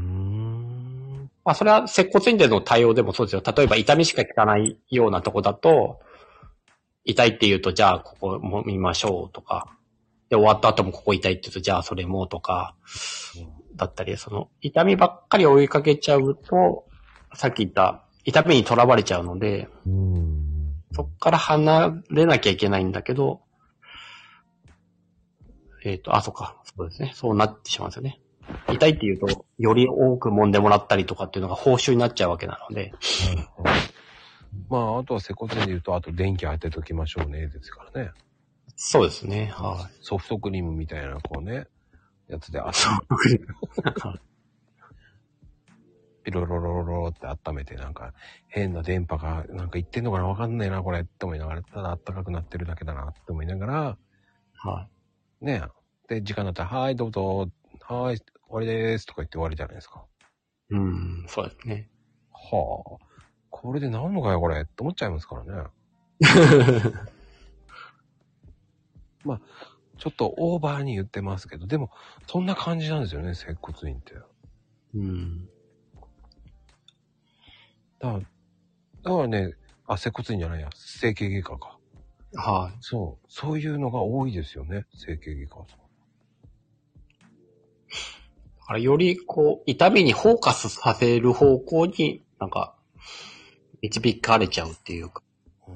まあ、それは接骨院での対応でもそうですよ。例えば痛みしか効かないようなとこだと、痛いって言うと、じゃあここも見ましょうとか、で、終わった後もここ痛いって言うと、じゃあそれもとか、だったり、その、痛みばっかり追いかけちゃうと、さっき言った痛みにとらわれちゃうので、 うん。 そっから離れなきゃいけないんだけど、えっと、あ、そっか、そうですね。そうなってしまうんですよね。痛いって言うと、より多く揉んでもらったりとかっていうのが報酬になっちゃうわけなので。 まあ、あとは接骨院で言うと、あと電気当てときましょうね、ですからね。 そうですね。はい。 ソフトクリームみたいな、こうね、やつで温めピロロロロロって温めて、なんか、変な電波が、なんか言ってんのかなわかんないな、これって思いながら、ただ暖かくなってるだけだなって思いながら、 はい。 ねえ。で、時間になったら、はい、どうぞ、はい、終わりでーすとか言って終わりじゃないですか。 うん、そうですね。 はあ。これで治んのかよ、これって思っちゃいますからね。まあ、ちょっとオーバーに言ってますけど、でも、そんな感じなんですよね、接骨院って。 うん。 だから、だからね、あ、接骨院じゃないや、整形外科か。 はい。 そう。そういうのが多いですよね、整形外科は。 だからより、こう、痛みにフォーカスさせる方向になんか、導かれちゃうっていうか。 うー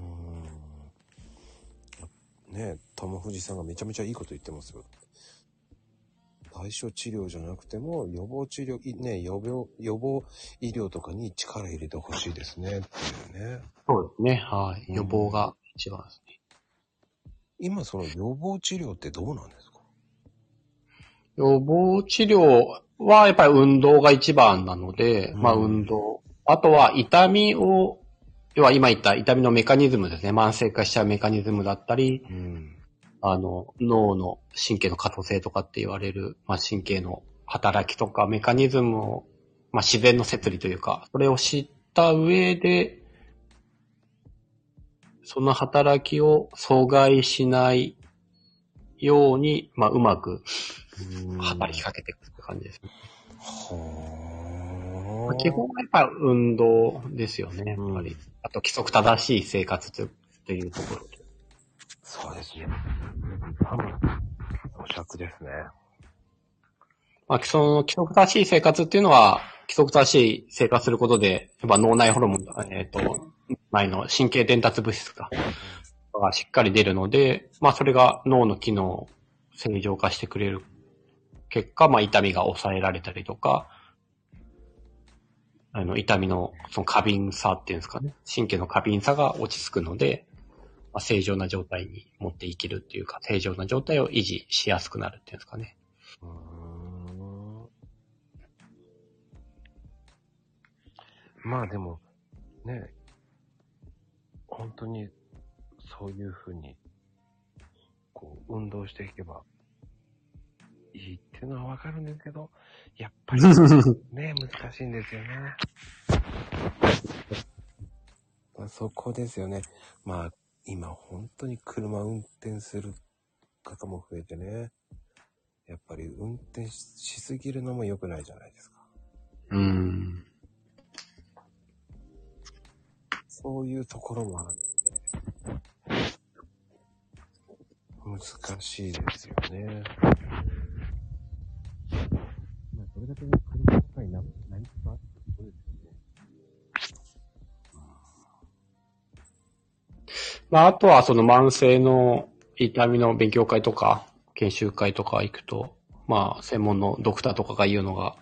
ん。ねえ、玉藤さんがめちゃめちゃいいこと言ってますよ。対症治療じゃなくても、予防治療、いね、予防、予防医療とかに力入れてほしいですね、っていうね。 そうですね。はい。予防が一番ですね。 今、その予防治療ってどうなんですか？ 予防治療はやっぱり運動が一番なので、 うん、 まあ運動。あとは痛みを、要は今言った痛みのメカニズムですね。慢性化しちゃうメカニズムだったり、 うん、 あの、脳の神経の可塑性とかって言われる、まあ神経の働きとかメカニズムを、まあ自然の摂理というか、それを知った上で、その働きを阻害しないように、まあうまく働きかけていくって感じですね。 はまあ、基本はやっぱ運動ですよね、やっぱり。 うん、 あと規則正しい生活というところで。 そうですね。多分、咀嚼ですね。 まあ、その規則正しい生活っていうのは、規則正しい生活することで、やっぱ脳内ホルモン、えっ、ー、と、内の神経伝達物質が、がしっかり出るので、まあそれが脳の機能を正常化してくれる結果、まあ痛みが抑えられたりとか、あの痛みのその過敏さっていうんですかね、神経の過敏さが落ち着くので、まあ、正常な状態に持っていけるっていうか、正常な状態を維持しやすくなるっていうんですかね。 うーん。まあでも、ね、本当にそういうふうに、こう、運動していけばいいっていうのはわかるんですけど、やっぱりね、難しいんですよね。まあ、そこですよね。まあ、今本当に車運転する方も増えてね、やっぱり運転しすぎるのも良くないじゃないですか。 うーん。 そういうところもあるんで、難しいですよね。まあ、それだけね、車とかにな何かあってことですよね。 まああとはその慢性の痛みの勉強会とか、研修会とか行くと、まあ専門のドクターとかが言うのが、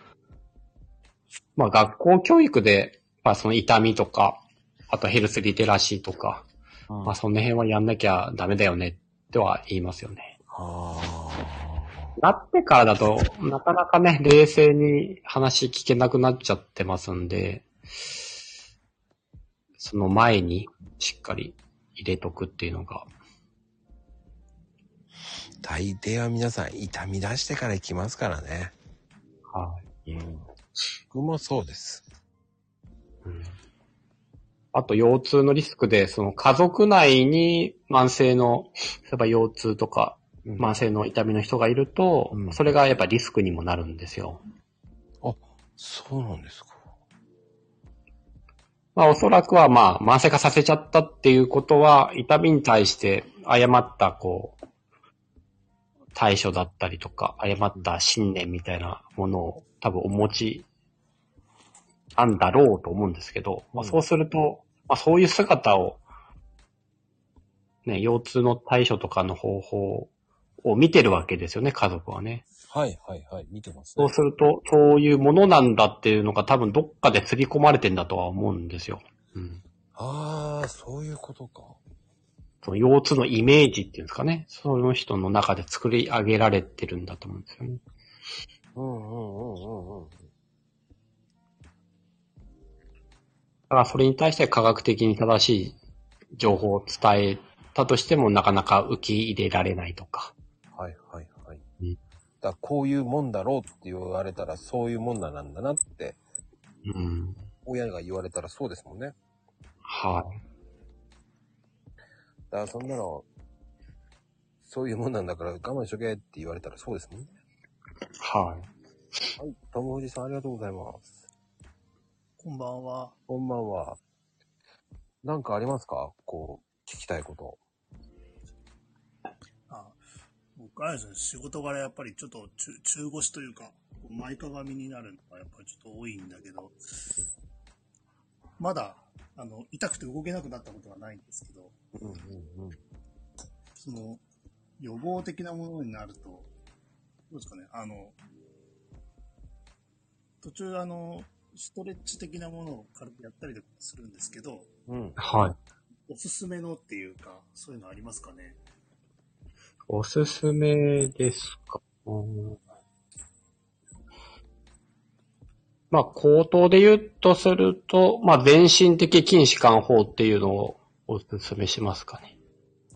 まあ学校教育で、まあその痛みとか、あとヘルスリテラシーとか、うん、まあその辺はやんなきゃダメだよねっては言いますよね。はあ。なってからだと、なかなかね、冷静に話聞けなくなっちゃってますんで、その前にしっかり入れとくっていうのが。 大抵は皆さん痛み出してから来ますからね。 はい。 うん。僕もそうです。 うん。あと腰痛のリスクで、その家族内に慢性の、例えば腰痛とか、慢性の痛みの人がいると、うん、それがやっぱリスクにもなるんですよ。 あ、そうなんですか。 まあおそらくはまあ慢性化させちゃったっていうことは、痛みに対して誤ったこう、対処だったりとか、誤った信念みたいなものを多分お持ちなんだろうと思うんですけど、まあ、そうすると、まあ、そういう姿を、ね、腰痛の対処とかの方法を見てるわけですよね、家族はね。 はいはいはい、見てます、 ね。そうすると、そういうものなんだっていうのが多分どっかで刷り込まれてんだとは思うんですよ。うん、 ああ、そういうことか。 その腰痛のイメージっていうんですかね。その人の中で作り上げられてるんだと思うんですよね。 うんうんうんうんうん。 だからそれに対して科学的に正しい情報を伝えたとしてもなかなか受け入れられないとか。 はいはいはい。 うん、 だからこういうもんだろうって言われたらそういうもんなんだなって、 うん、 親が言われたらそうですもんね。 はい。 だからそんなの、そういうもんなんだから我慢しとけって言われたらそうですもんね。 はい。 はい、ともふじさんありがとうございます。 こんばんは。 こんばんは。なんかありますか？こう、聞きたいこと。 あ、僕はですね、仕事柄やっぱりちょっと中、中腰というか、前かがみになるのがやっぱりちょっと多いんだけど、まだ、あの、痛くて動けなくなったことはないんですけど、 うんうんうん。 その、予防的なものになると、どうですかね、あの、途中あの、ストレッチ的なものを軽くやったりとかするんですけど、 うん。 はい。 おすすめのっていうか、そういうのありますかね？ おすすめですか？うん、まあ、口頭で言うとすると、まあ、全身的筋弛緩法っていうのをおすすめしますかね。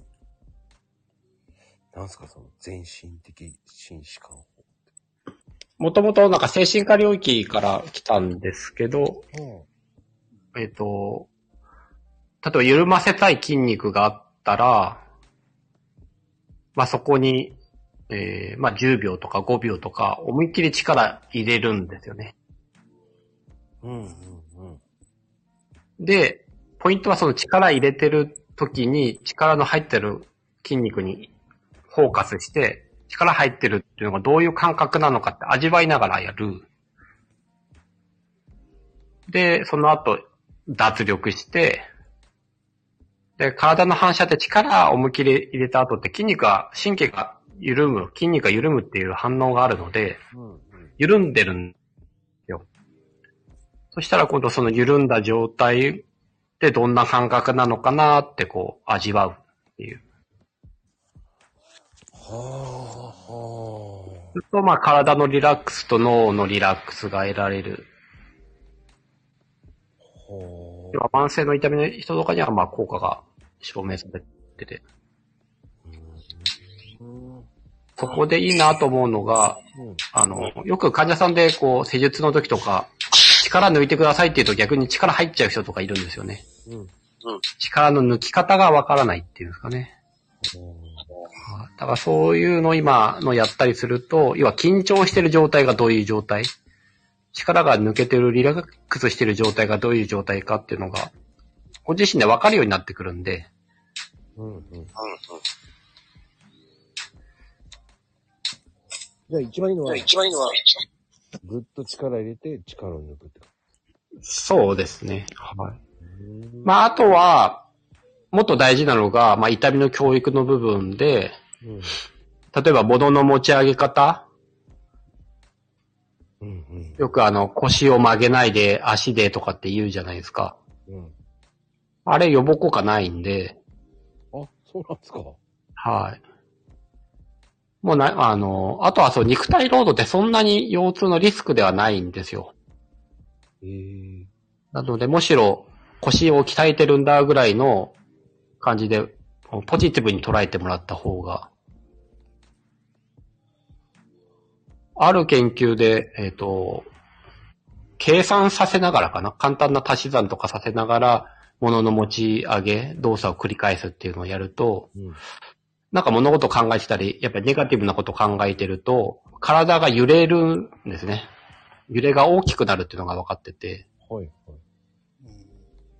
なんすかその全身的筋弛緩法。 もともとなんか精神科領域から来たんですけど、うん、えっと、例えば緩ませたい筋肉があったら、まあ、そこに、えー、まあ、じゅうびょうとかごびょうとか思いっきり力入れるんですよね。 うんうんうん。 で、ポイントはその力入れてる時に力の入ってる筋肉にフォーカスして力入ってるっていうのがどういう感覚なのかって味わいながらやる。で、その後脱力して、で、体の反射で力を思いっきり入れた後って筋肉が、神経が緩む、筋肉が緩むっていう反応があるので、 うんうん、 緩んでるんですよ。そしたら今度その緩んだ状態でどんな感覚なのかなってこう味わうっていう。 はあ、はあ。 するとまあ体のリラックスと脳のリラックスが得られる。 はあ。慢性の痛みの人とかにはまあ効果が証明されてて。うん、そこでいいなと思うのが、うん、あの、よく患者さんでこう施術の時とか、力抜いてくださいって言うと逆に力入っちゃう人とかいるんですよね。うん、力の抜き方がわからないっていうんですかね。だからそういうのを今のやったりすると、要は緊張してる状態がどういう状態、力が抜けてるリラックスしてる状態がどういう状態かっていうのが、ご自身でわかるようになってくるんで。うんうんうん、 じゃあ一番いいのは、 一番いいのは、 ぐっと力入れて力を抜くってか。 そうですね。はい。まああとは、もっと大事なのが、まあ痛みの教育の部分で、うん、例えば物の持ち上げ方、うんうん、よくあの腰を曲げないで足でとかって言うじゃないですか。うん、あれ予防効果ないんで。 あ、そうなんですか。 はい。もうな、あの、あとはそう肉体労働ってそんなに腰痛のリスクではないんですよ。へー。なのでむしろ腰を鍛えてるんだぐらいの感じでポジティブに捉えてもらった方が。ある研究で、えっと、計算させながらかな、簡単な足し算とかさせながら、物の持ち上げ、動作を繰り返すっていうのをやると、うん、なんか物事を考えてたり、やっぱりネガティブなことを考えてると、体が揺れるんですね。揺れが大きくなるっていうのが分かってて。はいはい。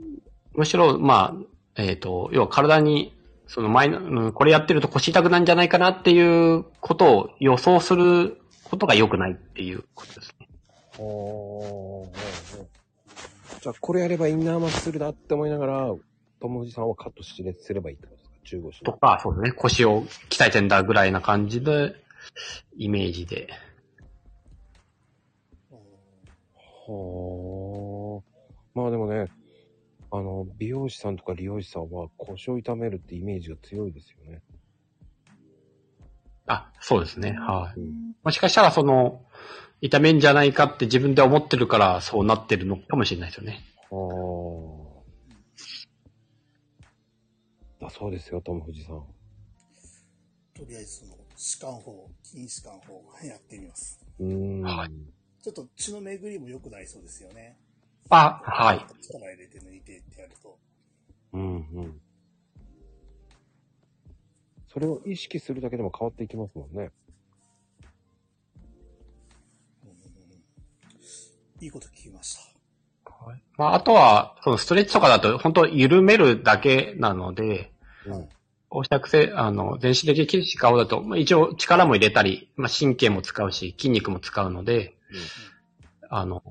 むしろ、まあ、えっ、と、要は体に、その前の、これやってると腰痛くなんじゃないかなっていうことを予想することが良くないっていうことですね。 ほー。じゃあ、これやればインナーマッスルだって思いながら、友藤さんはカットしてすればいいってことですか？中腰。 とか、そうですね。腰を鍛えてんだぐらいな感じで、イメージで。 はあ。まあでもね、あの、美容師さんとか理容師さんは腰を痛めるってイメージが強いですよね。 あ、そうですね。はい、 うん。 もしかしたらその、痛めんじゃないかって自分で思ってるからそうなってるのかもしれないですよね。 はあ。だそうですよ、友藤さん。 とりあえずその、弛緩法、筋弛緩法やってみます。 うーん。 はい。 ちょっと血の巡りも良くなりそうですよね。 あ、はい。 力入れて抜いてってやると。 うんうん。それを意識するだけでも変わっていきますもんね。 うん、いいこと聞きました。 はい、まあ、あとは、そのストレッチとかだと本当緩めるだけなので、 うん。 こうした癖、あの、全身的に筋使うだと、まあ、一応力も入れたり、まあ、神経も使うし、筋肉も使うので、うん、あの、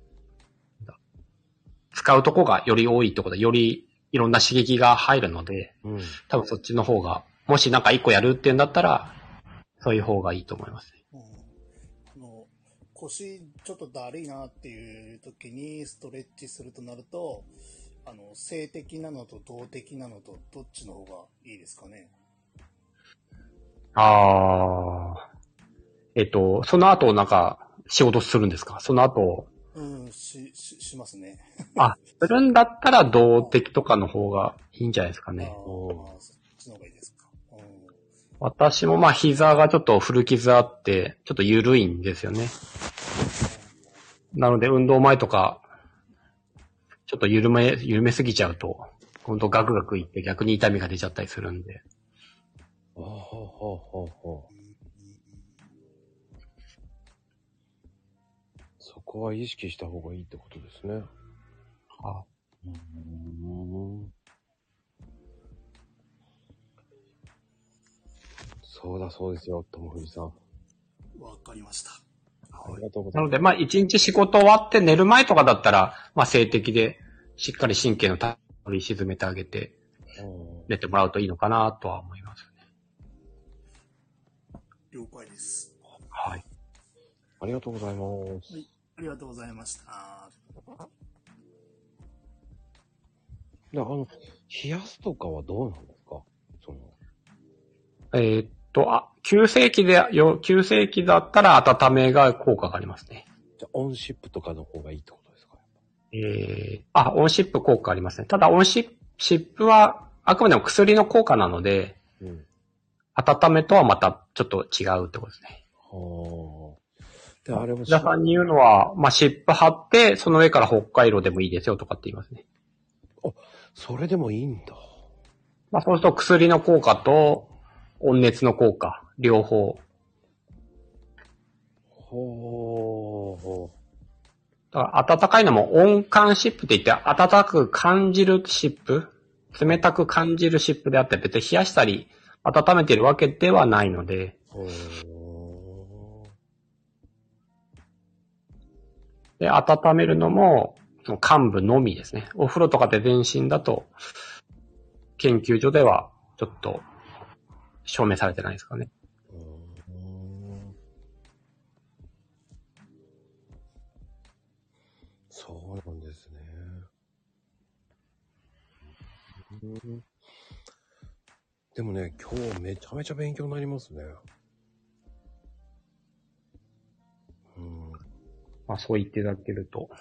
使うとこがより多いってことで、よりいろんな刺激が入るので、うん、多分そっちの方が、もしなんか一個やるっていうんだったら、そういう方がいいと思いますね。 うん、あの腰ちょっとだるいなっていう時にストレッチするとなると、あの静的なのと動的なのとどっちの方がいいですかね？ ああ、えっとその後なんか仕事するんですか？その後。 うんしししますね。 あ、するんだったら動的とかの方がいいんじゃないですかね。 ああ、そっちの方がいいですか。うん、 私もまあ膝がちょっと古傷あって、ちょっと緩いんですよね。なので運動前とか、ちょっと緩め、緩めすぎちゃうと、ほんとガクガクいって逆に痛みが出ちゃったりするんで。 ああ、はあ、はあ、はあ。そこは意識した方がいいってことですね。 はあ、 うーん。そうだそうですよ、友藤さん。 わかりました。 ありがとうございます。 なので、まあ一日仕事終わって寝る前とかだったら、まあ静的でしっかり神経のたり沈めてあげて、寝てもらうといいのかなとは思いますね。了解です。 はい。 ありがとうございます。 はい。ありがとうございました。 で、あの、冷やすとかはどうなんですか？その。 えー、っと、あ、急性期で、よ、急性期だったら温めが効果がありますね。 じゃあ、オンシップとかの方がいいってことですか？ えー、あ、オンシップ効果ありますね。ただ、オンシップ、シップは、あくまでも薬の効果なので、うん、温めとはまたちょっと違うってことですね。はあ。で、あれも。皆さんに言うのは、まあ、シップ貼って、その上から北海道でもいいですよとかって言いますね。 あ、それでもいいんだ。 まあ、そうすると薬の効果と、温熱の効果、両方。 ほーほー。だから暖かいのも温感湿布って言って、暖かく感じる湿布、冷たく感じる湿布であって、別に冷やしたり、温めているわけではないので。ほー。で、温めるのも、その患部のみですね。お風呂とかで全身だと、研究所では、ちょっと、証明されてないですかね。うーん、 そうなんですね。うん、でもね、今日めちゃめちゃ勉強になりますね。 うん、まあそう言っていただけると。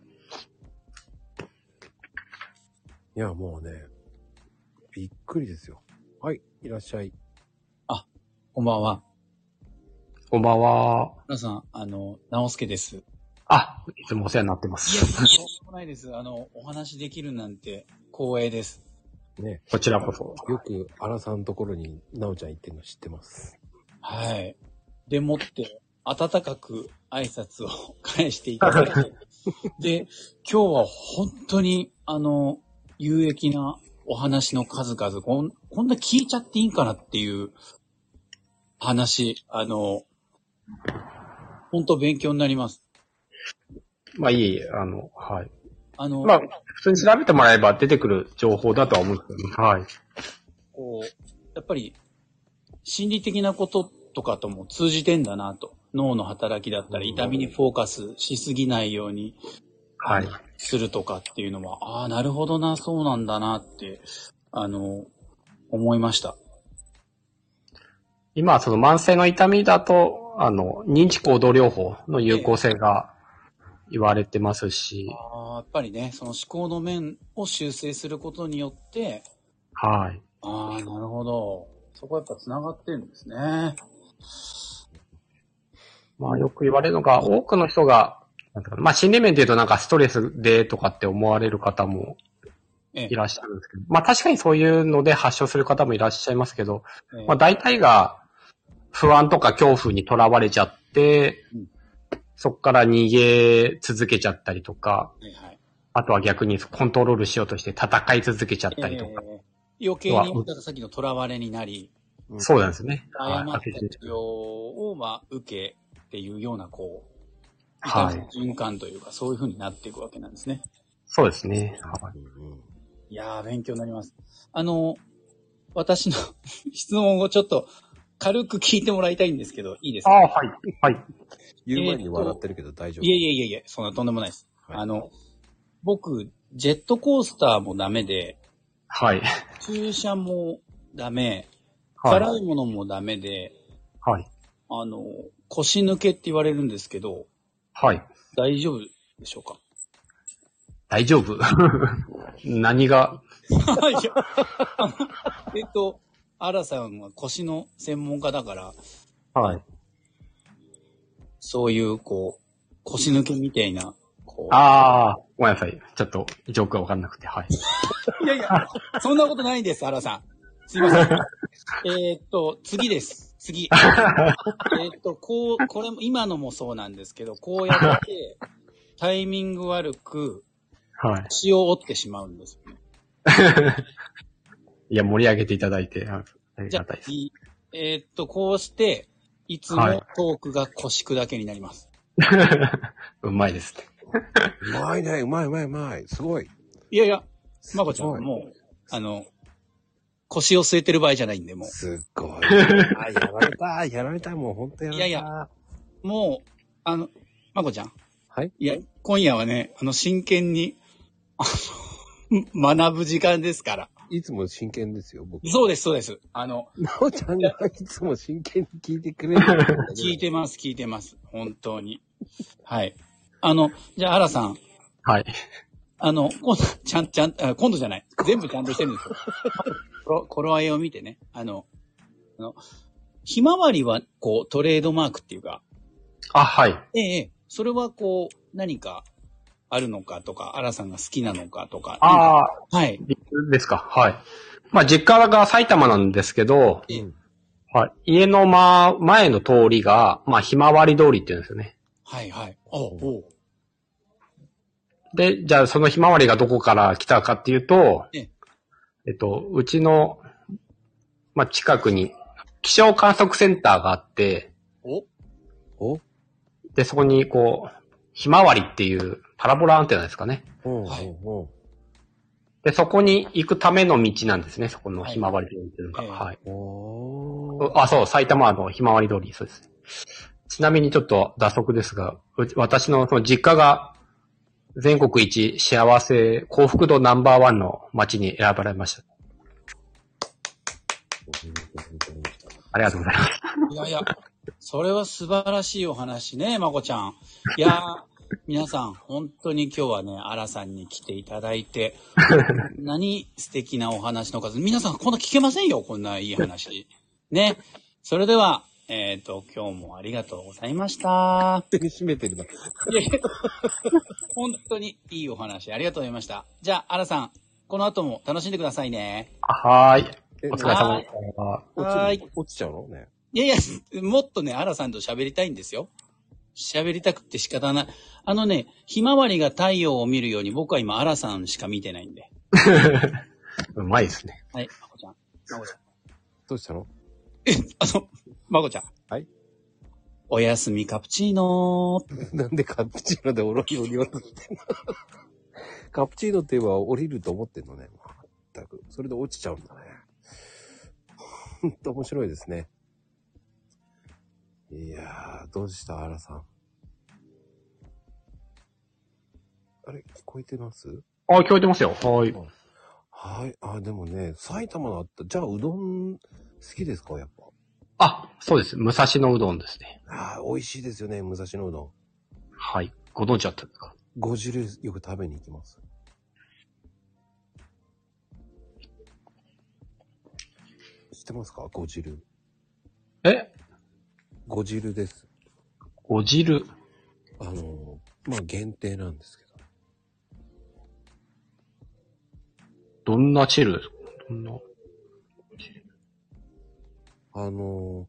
いや、もうね、びっくりですよ。はい、いらっしゃい。 あ、こんばんは。 こんばんは。 皆さん、あの、直輔です。 あ、いつもお世話になってます。 いや、とんでもないです。あの、お話できるなんて光栄です。 ね。 こちらこそ。 よく、荒さんのところに、なおちゃん行ってるの知ってます。 はい。でもって、温かく挨拶を返していただいて。で、今日は本当に、ああの、有益なお話の数々、こん、こんな聞いちゃっていいんかなっていう話、あの、本当勉強になります。 まあいい、あの、はい。 あの、 まあ、普通に調べてもらえば出てくる情報だとは思うんですけどね。はい。 こう、やっぱり、心理的なこととかとも通じてんだなと。脳の働きだったり、痛みにフォーカスしすぎないように、 はい。 するとかっていうのは、ああ、なるほどな、そうなんだなって、あの、思いました。 今、その慢性の痛みだと、あの、認知行動療法の有効性が言われてますし。 ああ、やっぱりね、その思考の面を修正することによって、 はい。 ああ、なるほど。そこはやっぱ繋がってるんですね。 まあ、よく言われるのが、多くの人が、なんていうか、まあ、心理面で言うとなんかストレスでとかって思われる方もいらっしゃるんですけど、まあ確かにそういうので発症する方もいらっしゃいますけど、まあ大体が不安とか恐怖にとらわれちゃって、うん、そこから逃げ続けちゃったりとか、はいはい、あとは逆にコントロールしようとして戦い続けちゃったりとか。 えー、余計に、だからさっきのとらわれになり、 そうなんですね。 誤った治療を、まあ、受けっていうような、こう、はい、循環というか、そういう風になっていくわけなんですね。 そうですね。はい、 いやー、勉強になります。あの、私の質問をちょっと軽く聞いてもらいたいんですけど、いいですか？ ああ、はい。はい。 言う前に笑ってるけど大丈夫？ いやいやいやいや、そんなとんでもないです。はい、あの、僕、ジェットコースターもダメで、 はい。 注射もダメ、辛いものもダメで、 はい。 あの、腰抜けって言われるんですけど、 はい。 大丈夫でしょうか？ 大丈夫何がいや、えっと、アラさんは腰の専門家だから、 はい。 そういう、こう、腰抜けみたいな、こう。 ああ、ごめんなさい。ちょっと、ジョークがわかんなくて、はい。 いやいや、そんなことないんです、アラさん。すいません。えっと、次です。次。えっと、こう、これも、今のもそうなんですけど、こうやって、タイミング悪く、 はい。 腰を折ってしまうんですよね。 いや、盛り上げていただいて、ありがたいです。 じゃあ、えー、っと、こうして、いつもトークが腰砕けになります。 はい、うまいですね。 うまいね、うまいうまいうまい。すごい。 いやいや、まこちゃんはもう、あの、腰を据えてる場合じゃないんで、もう。 すっごい。あ、やられた、やられた、もう本当やられた。いやいや、 もう、あの、まこちゃん。 はい。 いや、今夜はね、あの、真剣に、あの、学ぶ時間ですから。 いつも真剣ですよ、僕。 そうです、そうです。あの、 なおちゃんがいつも真剣に聞いてくれる。 聞いてます、聞いてます。本当に。はい。あの、じゃあ、アラさん。 はい。 あの、今度、ちゃん、ちゃん、あ今度じゃない。全部ちゃんとしてるんですよ。頃合いを見てね。あの、あの、ひまわりは、こう、トレードマークっていうか。 あ、はい。 ええ、それはこう、何かあるのかとか、アラさんが好きなのかとか。 ああ、 はい。 ですか。はい。まあ、実家が埼玉なんですけど、 ええ、 はい。家のま、前の通りが、まあ、ひまわり通りって言うんですよね。 はいはい。おうおう。 で、じゃあそのひまわりがどこから来たかっていうと、ええ、えっと、うちの、まあ、近くに気象観測センターがあって、 おおで、そこにこう、ひまわりっていうパラボラアンテナですかね。 はい。 で、そこに行くための道なんですね、そこのひまわり通りっていうのが。はい。 おあ、そう、埼玉のひまわり通り、そうです。ちなみにちょっと打足ですが、私のその実家が、全国一幸せ幸福度ナンバーワンの街に選ばれました。ありがとうございます。 いやいや、それは素晴らしいお話ね、まこちゃん。いやー、皆さん、本当に今日はね、アラさんに来ていただいて、何素敵なお話の数。皆さん、こんな聞けませんよ、こんないい話。ね。それでは、えっと、今日もありがとうございました。 手に締めてるな。 本当にいいお話ありがとうございました。じゃあ、アラさん、この後も楽しんでくださいね。 はーい。お疲れ様でした。 はーい。 落ちちゃうのね。 いやいや、もっとね、アラさんと喋りたいんですよ。 喋りたくて仕方ない。あのね、ひまわりが太陽を見るように僕は今、アラさんしか見てないんで。 うまいですね。 はい、まこちゃん。まこちゃん。 どうしたの？ え、あの、まこちゃん。 はい。 おやすみカプチーノー。 なんでカプチーノで降りようとしてんの？カプチーノって言えば降りると思ってんのね。まったく。それで落ちちゃうんだね。ほんと面白いですね。いやー、どうしたアラさん。あれ、聞こえてます？ あ、聞こえてますよ。はい。 はい。あ、でもね、埼玉だった。じゃあ、うどん好きですかやっぱ。 あ、そうです。武蔵野うどんですね。 ああ、美味しいですよね、武蔵野うどん。 はい。ご存知だったんですか？ ご汁よく食べに行きます。知ってますか？ご汁。 え？ ご汁です。 ご汁。 あの、まあ、限定なんですけど。 どんな汁ですか？どんな。 あの、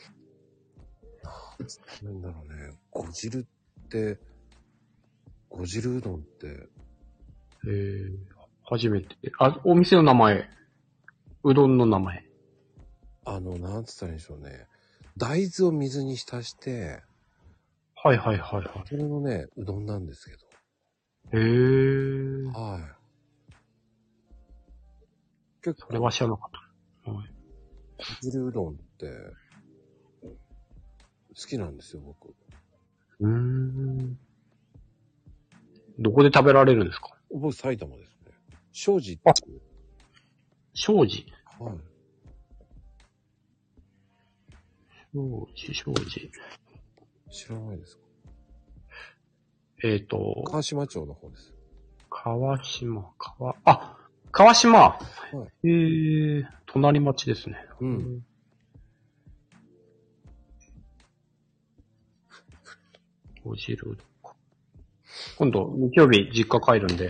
なんだろうね、ご汁って、ご汁うどんって。 えー、初めて。あ、お店の名前。うどんの名前。 あの、なんつったらいいんでしょうね。大豆を水に浸して、 はいはいはいはい。 それのね、うどんなんですけど。 へー。 はい。結構。 それは知らなかった。はい。 ご汁うどんって、好きなんですよ、僕。 うーん。どこで食べられるんですか？ 僕、埼玉ですね。庄司っていう。 庄司。 はい。 庄司、庄司。 知らないですか？ えっ、ー、と。 川島町の方です。 川島、川、あ、川島。 はい。 えー、隣町ですね。 うん。 ご汁うどんか。今度、日曜日、実家帰るんで。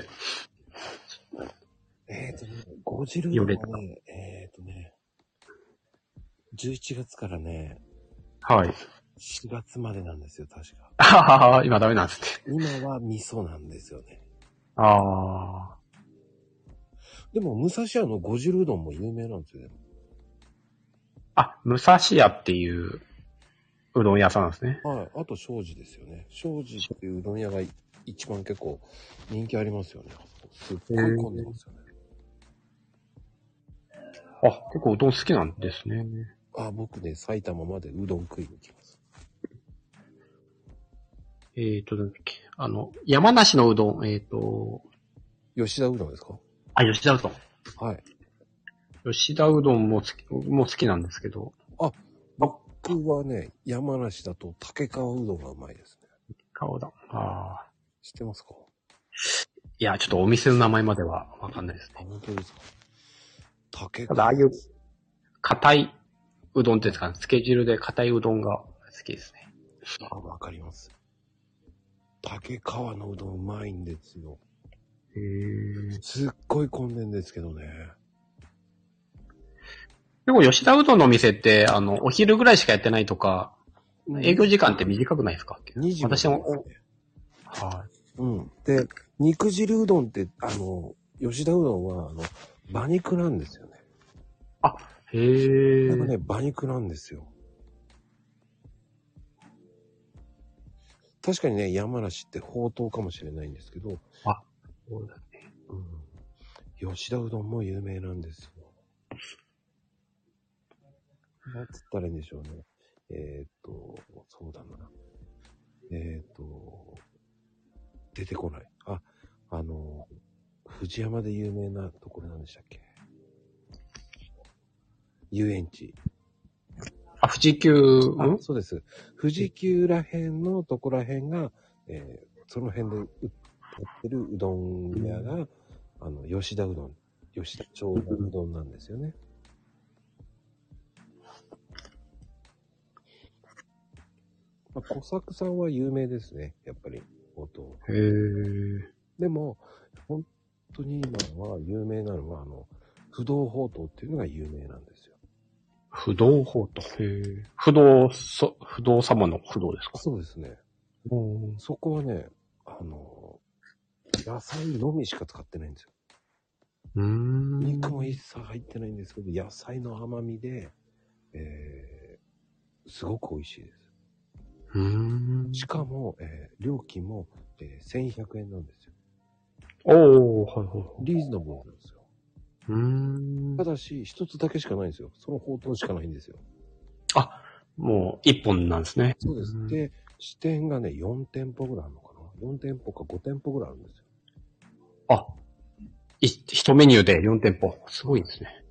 えっとね、ご汁うどんはね、えっとね、じゅういちがつからね、 はい。 しがつまでなんですよ、確か。 ああ、今ダメなんですね。 今は味噌なんですよね。 ああ。 でも、武蔵屋のご汁うどんも有名なんですよね。 あ、武蔵屋っていううどん屋さんなんですね。 はい。あと、庄司ですよね。庄司っていううどん屋が一番結構人気ありますよね。すっごい混んでますよね。 あ、結構うどん好きなんですね。 あ、僕ね、埼玉までうどん食いに行きます。 えーと、なんだっけ。あの、山梨のうどん、えーと。 吉田うどんですか？ あ、吉田うどん。 はい。 吉田うどんも好き、も好きなんですけど。 あ、僕はね、山梨だと竹川うどんがうまいですね。 竹川うどん。ああ。 知ってますか？ いや、ちょっとお店の名前まではわかんないですね。 本当ですか？竹川。 ただ、ああいう、硬いうどんっていうんですかね。つけ汁で硬いうどんが好きですね。 あ、わかります。竹川のうどんうまいんですよ。 へー。 すっごい混んでんですけどね。 でも吉田うどんのお店って、あの、お昼ぐらいしかやってないとか、営業時間って短くないですか？ にじまでですね。 私も、はい。 うん。で、肉汁うどんって、あの、吉田うどんは、あの、馬肉なんですよね。 あ、へー。 なんかね、馬肉なんですよ。確かにね、山梨ってほうとうかもしれないんですけど。 あ、そうだね。 うん。吉田うどんも有名なんですよ。なんつったらいいんでしょうね。えー、っと、そうだな。えー、っと、出てこない。あ、あの、藤山で有名なところなんでしたっけ？遊園地。 あ、富士急、 あ、そうです。富士急ら辺のとこら辺が、えー、その辺で売ってるうどん屋が、うん、あの、吉田うどん、吉田町のうどんなんですよね。まあ、小作さんは有名ですね、やっぱり。音。 へー。 でも、本当に今は有名なのは、あの、不動ほうとうっていうのが有名なんですよ。 不動ほうとう。へー。不動、そ、不動様の不動ですか？ そうですね。 うん、そこはね、あの、野菜のみしか使ってないんですよ。 うーん。 肉も一切入ってないんですけど、野菜の甘みで、えー、すごく美味しいです。 うーん。 しかも、えー、料金も、えー、せんひゃくえんなんですよ。 おー、はいはいはい。 リーズナブルなんですよ。 うーん。 ただし、一つだけしかないんですよ。そのほうとうしかないんですよ。 あ、もう一本なんですね。 そうです。で、支店がね、よん店舗ぐらいあるのかな ?よん 店舗かご店舗ぐらいあるんですよ。 あ、い、一メニューでよん店舗。すごいですね。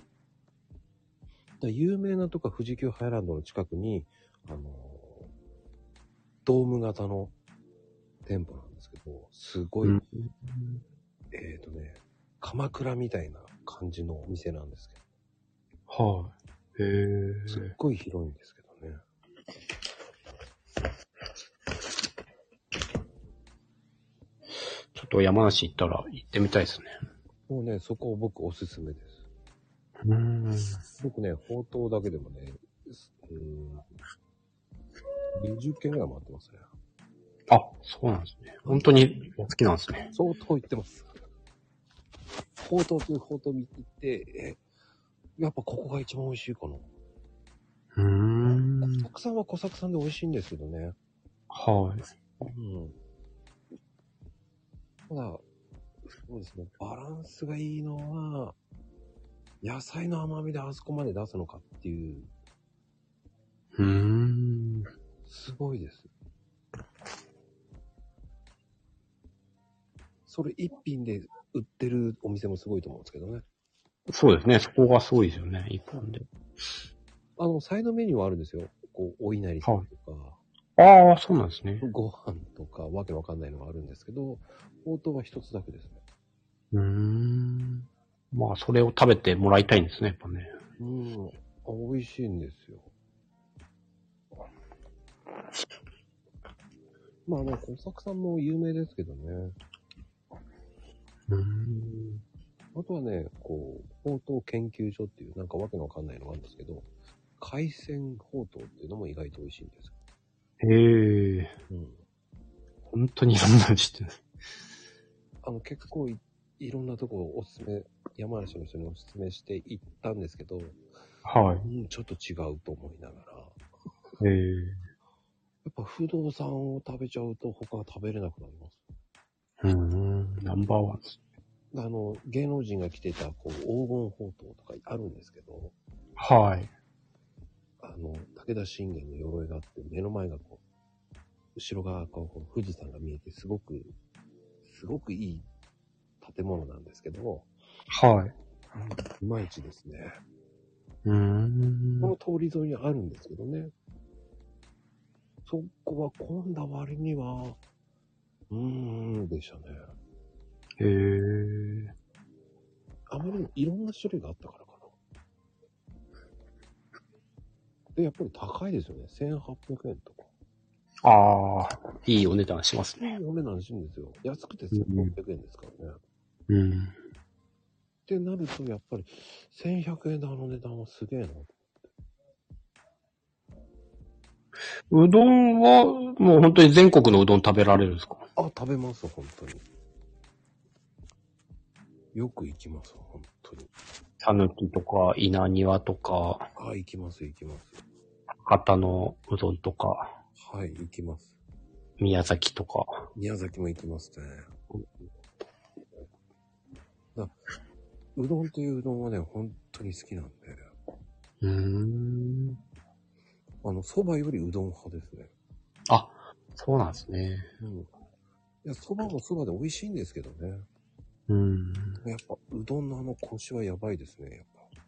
だ有名なとこは富士急ハイランドの近くに、あのー、ドーム型の店舗なんですけど、すごい、 うん、 えっとね、鎌倉みたいな感じのお店なんですけど。はい、あ。へえ。 すっごい広いんですけどね。 ちょっと山梨行ったら行ってみたいですね。 もうね、そこ僕おすすめです。 うーん。 僕ね、ほうとうだけでもね、うーん、にじゅっけんぐらい回ってますね。 あ、そうなんですね。本当にお好きなんですね。 相当行ってます。ほうとうというほうとう見ていって、え、やっぱここが一番美味しいかな。 うーん。 小作さんは小作さんで美味しいんですけどね。 はい。 うん。ただ、そうですね、バランスがいいのは、野菜の甘みであそこまで出すのかっていう。 うーん。 すごいです。それ一品で売ってるお店もすごいと思うんですけどね。 そうですね。そこがすごいですよね。一本で。 あの、サイドメニューはあるんですよ。こう、お稲荷さんとか、 ああ、そうなんですね。 ご飯とか、わけわかんないのがあるんですけど、ほうとうは一つだけですね。 うーん。まあ、それを食べてもらいたいんですね、やっぱね。 うん。あ、美味しいんですよ。まあ、あの、小作さんも有名ですけどね。 うーん。 あとはね、こう、ほうとう研究所っていうなんかわけのわかんないのがあるんですけど、海鮮ほうとうっていうのも意外と美味しいんですよ。 へえ。 うん。 本当にいろんなの知ってる。 あの、結構い、いろんなとこをおすすめ、山梨の人におすすめして行ったんですけど、 はうん、ちょっと違うと思いながい。 ら。 へえ。 やっぱ不動産を食べちゃうと他は食べれなくなります。 うーん。ナンバーワンです。 あの、芸能人が着てた、こう、黄金ほうとうとかあるんですけど、 はい。 あの、武田信玄の鎧があって、目の前がこう、後ろがこう、富士山が見えて、すごく、すごくいい建物なんですけど、 はい。 いまいちですね。 うーん。 この通り沿いにあるんですけどね。そこは混んだ割には、うーん、でしたね。 へえ。 あまりにいろんな種類があったからかな。で、やっぱり高いですよね。せんはっぴゃくえんとか。 ああ、いいお値段しますね。 いいお値段しいんですよ。安くてせんろっぴゃくえんですからね。 うん。 ってなると、やっぱりせんひゃくえんであの値段はすげえな。 うどんは、もう本当に全国のうどん食べられるんですか？ あ、食べます、本当に。よく行きます、本当に。 たぬきとか、稲庭とか、 あ、行きます、行きます。 博多のうどんとか、 はい、行きます。 宮崎とか。 宮崎も行きますね。だうどんといううどんはね、本当に好きなんで。 うーん。 あの、蕎麦よりうどん派ですね。 あ、そうなんですね。 うん。いや、蕎麦も蕎麦で美味しいんですけどね。 うん。 やっぱ、うどんのあのコシはやばいですね、やっ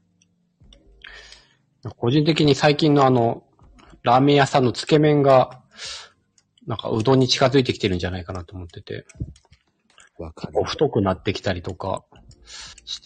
ぱ。 個人的に最近のあの、ラーメン屋さんのつけ麺が、なんかうどんに近づいてきてるんじゃないかなと思ってて。 わかる。 こう太くなってきたりとかして。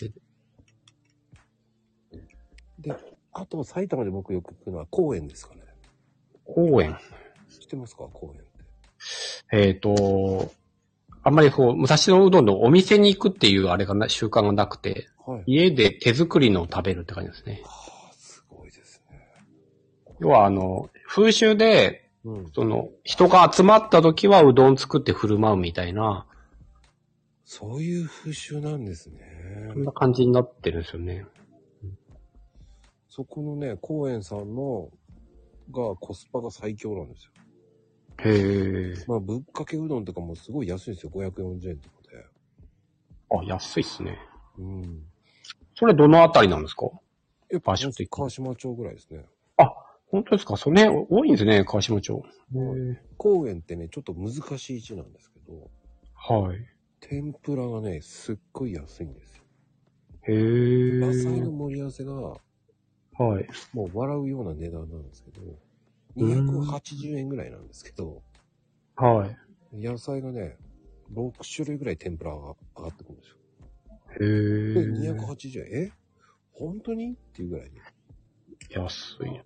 で、あと埼玉で僕よく行くのは公園ですかね。 公園。 知ってますか、公園って。 えっと、あんまりこう、武蔵野うどんのお店に行くっていうあれがな、習慣がなくて、 はい。 家で手作りのを食べるって感じですね。 はあ、すごいですね。 要はあの、風習で、 ううん。 その、人が集まった時はうどん作って振る舞うみたいな、 そういう風習なんですね。 そんな感じになってるんですよね。 そこのね、公園さんの、がコスパが最強なんですよ。 へえ。 まあ、ぶっかけうどんとかもすごい安いんですよ。ごひゃくよんじゅうえんとかで。 あ、安いっすね。 うん。 それどのあたりなんですか？ やっぱ場所的に川島町ぐらいですね。 あ、本当ですか？それ、多いんですね、川島町。へえ。 公園ってね、ちょっと難しい位置なんですけど、 はい。 天ぷらがね、すっごい安いんですよ。 へえ。 野菜の盛り合わせが、 はい。 もう笑うような値段なんですけど、にひゃくはちじゅうえんぐらいなんですけど、 はい。 野菜がね、ろく種類ぐらい天ぷらが上がってくるんですよ。 へえ。 で、にひゃくはちじゅうえん。え本当にっていうぐらいに。 安い。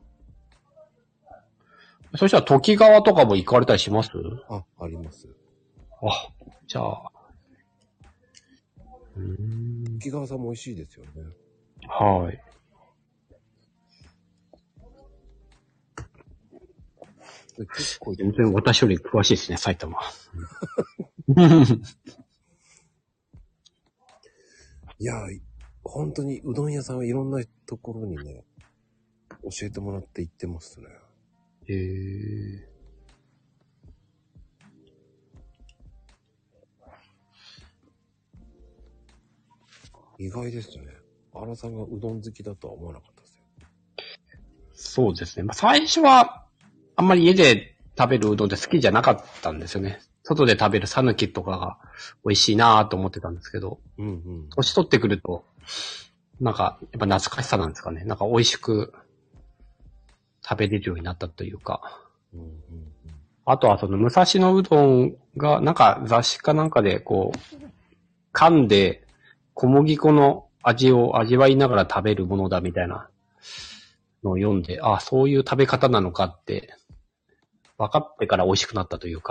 そしたら、時川とかも行かれたりします？ あ、あります。 あ、じゃあ。うーん。 木川さんも美味しいですよね。 はい。 結構全然私より詳しいですね、埼玉。 いや、本当にうどん屋さんはいろんなところにね、教えてもらって行ってますね。 へえ。 意外ですね。荒さんがうどん好きだとは思わなかったですよ。 そうですね。まあ、最初は、あんまり家で食べるうどんって好きじゃなかったんですよね。外で食べるさぬきとかが美味しいなぁと思ってたんですけど、 うんうん。 年取ってくると、なんか、やっぱ懐かしさなんですかね。なんか美味しく食べれるようになったというか。 うんうんうん、 あとはその武蔵野うどんが、なんか雑誌かなんかでこう、噛んで小麦粉の味を味わいながら食べるものだみたいなのを読んで、あ、そういう食べ方なのかって分かってから美味しくなったというか。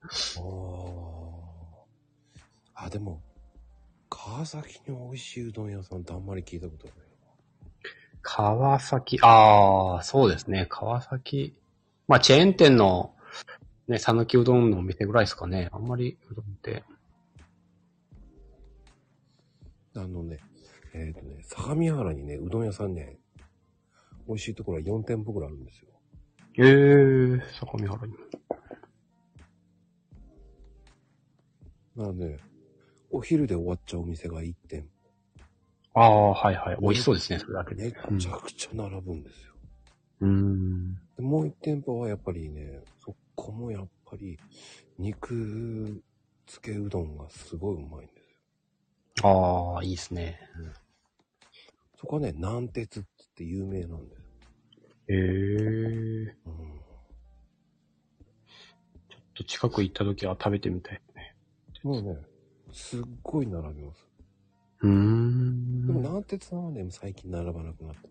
ああ。でも、川崎に美味しいうどん屋さんってあんまり聞いたことないな。 川崎、ああ、そうですね。川崎。まあ、チェーン店の、ね、讃岐うどんのお店ぐらいですかね。あんまりうどんって。 あのね、えっとね、相模原にね、うどん屋さんね、美味しいところはよん店舗ぐらいあるんですよ。 ええー、相模原に。 なので、お昼で終わっちゃうお店がいち店。 ああ、はいはい。美味しそうですね、それだけで。 めちゃくちゃ並ぶんですよ。 うん。 でもういち店舗はやっぱりね、そこもやっぱり、肉漬けうどんがすごいうまいんですよ。ああ、いいですね。 うん、そこはね、南鉄って有名なんです。 へえー。うん。ちょっと近く行った時は食べてみたいね。 もうね、すっごい並びます。 うーん。 でも南鉄さんはね、最近並ばなくなったから。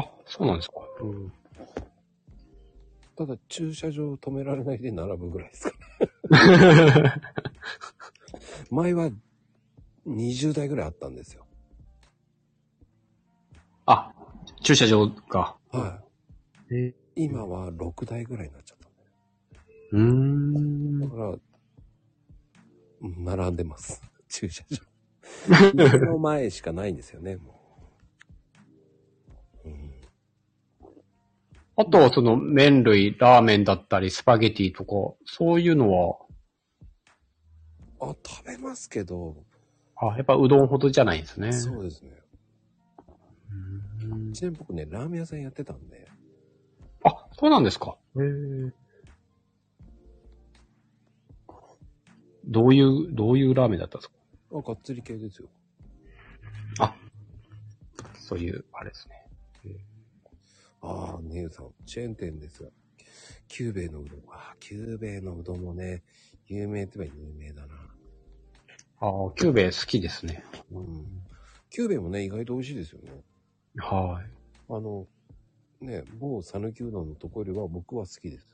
あ、そうなんですか。 うん。ただ駐車場止められないで並ぶぐらいですかね。前はにじゅうだいぐらいあったんですよ。 あ、駐車場が。 はい。え今はろくだいぐらいになっちゃったんで。 うーん。 だから、並んでます。駐車場。家の前しかないんですよね、もう。うん、 あとはその麺類、ラーメンだったり、スパゲティとか、そういうのは。 あ、食べますけど。 あ、やっぱうどんほどじゃないんですね。 そうですね。うん。ちなみに僕ね、ラーメン屋さんやってたんで。 あ、そうなんですか。へえ。どういう、どういうラーメンだったんですか？ あ、がっつり系ですよ。 あ、そういう、あれですね。 ああ、姉さん、チェーン店ですが。キューベイのうどん。ああ、キューベイのうどんもね、有名って言えば有名だな。 ああ、キューベイ好きですね。 うん。キューベイもね、意外と美味しいですよね。 はい。 あの、ね、某讃岐うどんのところよりは僕は好きです。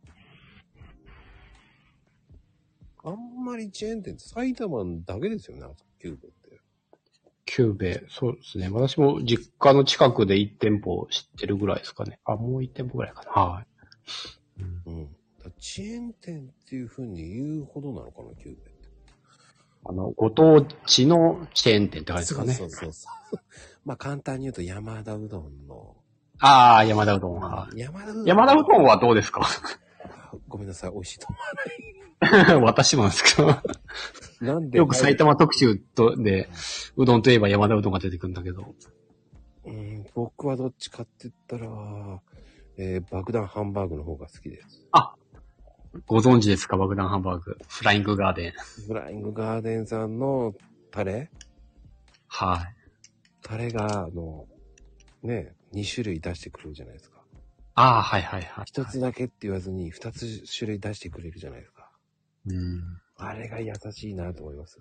あんまりチェーン店って埼玉だけですよね、キューベイって。 キューベイ、そうですね。私も実家の近くでいち店舗知ってるぐらいですかね。あ、もういち店舗ぐらいかな。はい。 うん。だチェーン店っていう風に言うほどなのかな、久兵衛って。 あの、ご当地のチェーン店って感じですかね。 そうそうそう。まあ簡単に言うと山田うどんの。 ああ、山田うどんは。 山田うどん。 山田うどんはどうですか？ ごめんなさい、美味しいと思わない。私もなんですけど。なんでよく埼玉特集とで、うどんといえば山田うどんが出てくるんだけど。 うん、僕はどっちかって言ったら、えー、爆弾ハンバーグの方が好きです。 あ、ご存知ですか、爆弾ハンバーグ。フライングガーデン。 フライングガーデンさんのタレ？ はい。 タレが、あの、ね、に種類出してくれるじゃないですか。 ああ、はいはいはい。 一つだけって言わずに二つ種類出してくれるじゃないですか。 うん。 あれが優しいなと思います。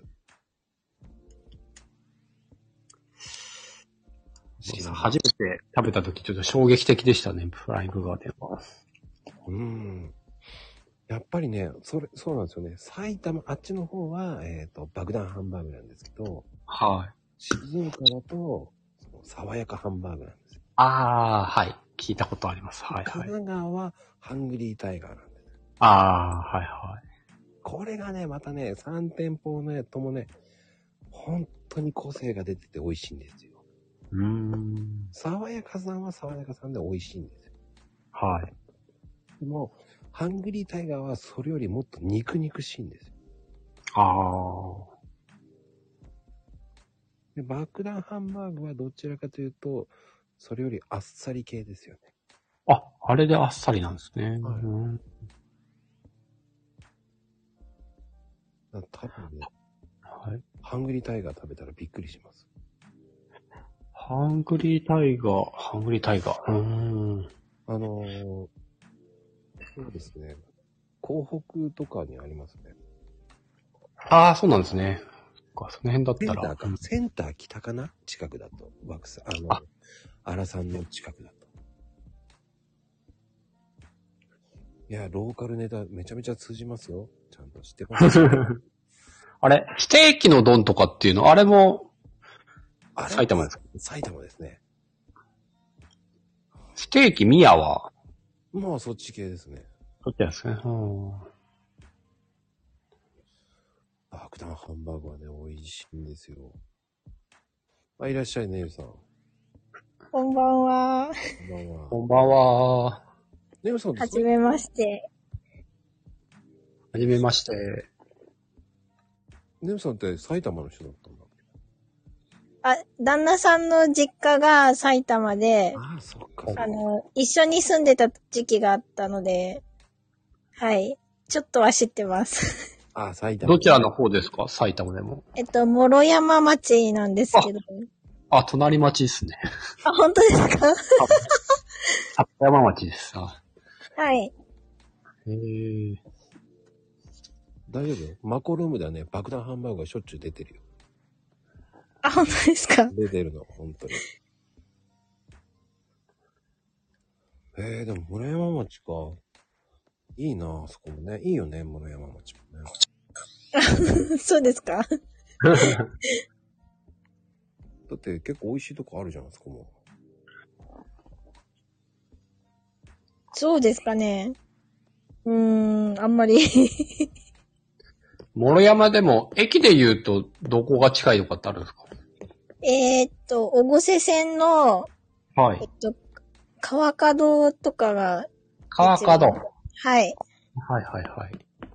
初めて食べた時ちょっと衝撃的でしたね、フライングガーデンは。 うん。やっぱりね、それ、そうなんですよね。埼玉、あっちの方は、えっと、爆弾ハンバーグなんですけど、 はい。 静岡だと、爽やかハンバーグなんですよ。 ああ、はい。聞いたことあります。はいはい。 神奈川はハングリータイガーなんです。 ああ、はいはい。 これがね、またね、さん店舗ね、ともね、本当に個性が出てて美味しいんですよ。 うーん。 爽やかさんは爽やかさんで美味しいんですよ。 はい。 でも、ハングリータイガーはそれよりもっと肉肉しいんですよ。 ああ。 で、爆弾ハンバーグはどちらかというと、それよりあっさり系ですよね。 あ、あれであっさりなんですね。 はい。 うん、 多分ね、 はい、 ハングリータイガー食べたらびっくりします。 ハングリータイガー、ハングリータイガー。うーん。 あのー、そうですね。港北とかにありますね。 ああ、そうなんですね。その辺だったら。 センターか、うん、センター北かな近くだと。ワクサ、あの、あ荒さんの近くだと。いや、ローカルネタめちゃめちゃ通じますよ。ちゃんと知ってます。 あれ、ステーキの丼とかっていうの、あれも、埼玉ですか？ 埼玉ですね。 ステーキ宮はまあ、そっち系ですね。 そっちですね。うん。 爆弾ハンバーグはね、美味しいんですよ。あ、いらっしゃい、ネイルさん。 こんばんは。 こんばんは。 こんばんは。 ネイルさん、 はじめまして。 はじめまして。 ネイルさんって埼玉の人だったんだ。 あ、旦那さんの実家が埼玉で、 ああ、そっか。 あの、一緒に住んでた時期があったので、はい。ちょっとは知ってます。 あ、埼玉。 どちらの方ですか？埼玉でも。 えっと、諸山町なんですけど。 あ、あ隣町ですね。 あ、本当ですか？ 里山町です。あ、 はい。 へー。 大丈夫？マコルームではね、爆弾ハンバーグがしょっちゅう出てるよ。 あ、本当ですか？ 出てるの、本当に。えー、でも、村山町か。いいなぁ、そこもね。いいよね、村山町もね。そうですか？だって結構美味しいとこあるじゃん、そこも。 そうですかね。うーん、あんまり。 諸山でも、駅で言うと、どこが近いとかってあるんですか？ えーっと、小布施線の、 はい。 えっと、川角とかが。 川角。 はい。 はいはいはい。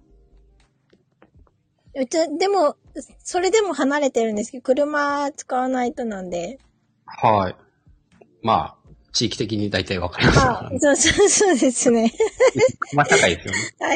うち、でも、それでも離れてるんですけど、車使わないとなんで。 はい。まあ、地域的に大体わかりますからね。 あ、そうそうそうですね。 まあ、高いですよね。 はい。